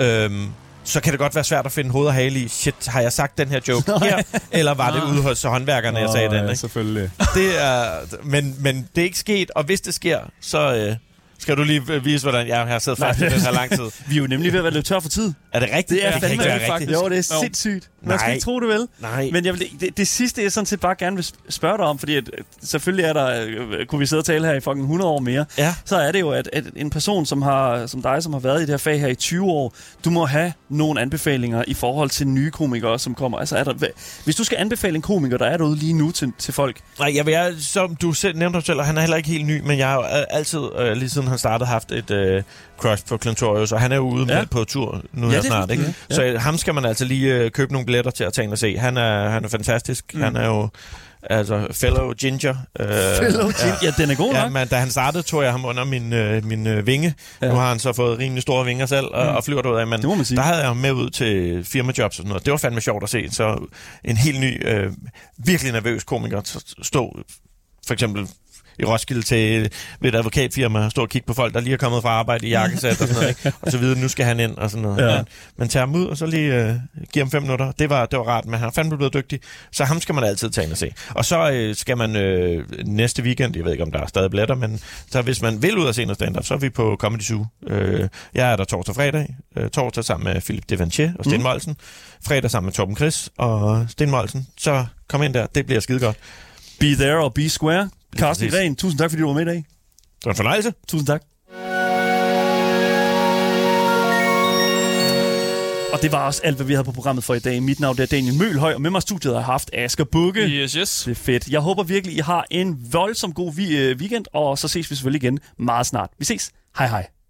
så kan det godt være svært at finde hoved og hale i. Shit, har jeg sagt den her joke her? Eller var det ude hos håndværkerne, jeg sagde den? Ikke? Selvfølgelig. Det er, men det er ikke sket, og hvis det sker, så skal du lige vise, hvordan jeg har siddet fast i den her lang tid. Vi er jo nemlig ved at være lidt tør for tid. Er det rigtigt? Det er det fandme rigtigt. Jo, det er sindssygt. Man skal ikke tro det vel. Nej. Men det sidste, jeg sådan set bare gerne vil spørge dig om, fordi at, selvfølgelig er der, kunne vi sidde og tale her i fucking 100 år mere, så er det jo, at en person som dig, som har været i det her fag her i 20 år, du må have nogle anbefalinger i forhold til nye komikere, som kommer. Altså, hvis du skal anbefale en komiker, der er derude lige nu til folk. Nej, som du selv nævnte dig selv, han er heller ikke helt ny, men jeg har jo altid, lige siden han startede, haft et crush på Klintorius, og han er jo ude på tur nu her snart, ikke? Ja. Så ham skal man altså lige købe nogle billetter til at tage ind og se. Han er fantastisk. Han er jo fellow ginger. Ja, den er god nok. Men da han startede, tog jeg ham under min vinge. Nu har han så fået rimelig store vinger selv og flyver derud af. Men der havde jeg ham med ud til firmajobs og sådan noget. Det var fandme sjovt at se. Så en helt ny, virkelig nervøs komiker stå for eksempel i Roskilde ved et advokatfirma, stå og kigge på folk, der lige er kommet fra arbejde i jakkesæt og sådan noget, ikke? Og så videre, nu skal han ind og sådan noget. Ja. Men tager ham ud, og så lige giver ham 5 minutter. Det var rart, men han er fandme blevet dygtig. Så ham skal man altid tage ind og se. Og så skal man næste weekend, jeg ved ikke, om der er stadig billetter, men så hvis man vil ud og se noget stand-up, så er vi på Comedy Zoo. Jeg er der torsdag og fredag. Torsdag sammen med Philippe Devanchier og Sten Moldsen. Fredag sammen med Torben Chris og Sten Moldsen. Så kom ind der, det bliver skide godt. Be there or be square. Carsten Gren, tusind tak, fordi du var med i dag. Det var en fornøjelse. Tusind tak. Og det var også alt, hvad vi havde på programmet for i dag. Mit navn er Daniel Mølhøj, og med mig i studiet har jeg haft Asger Bukke. Yes. Det er fedt. Jeg håber virkelig, I har en voldsom god weekend, og så ses vi selvfølgelig igen meget snart. Vi ses. Hej hej.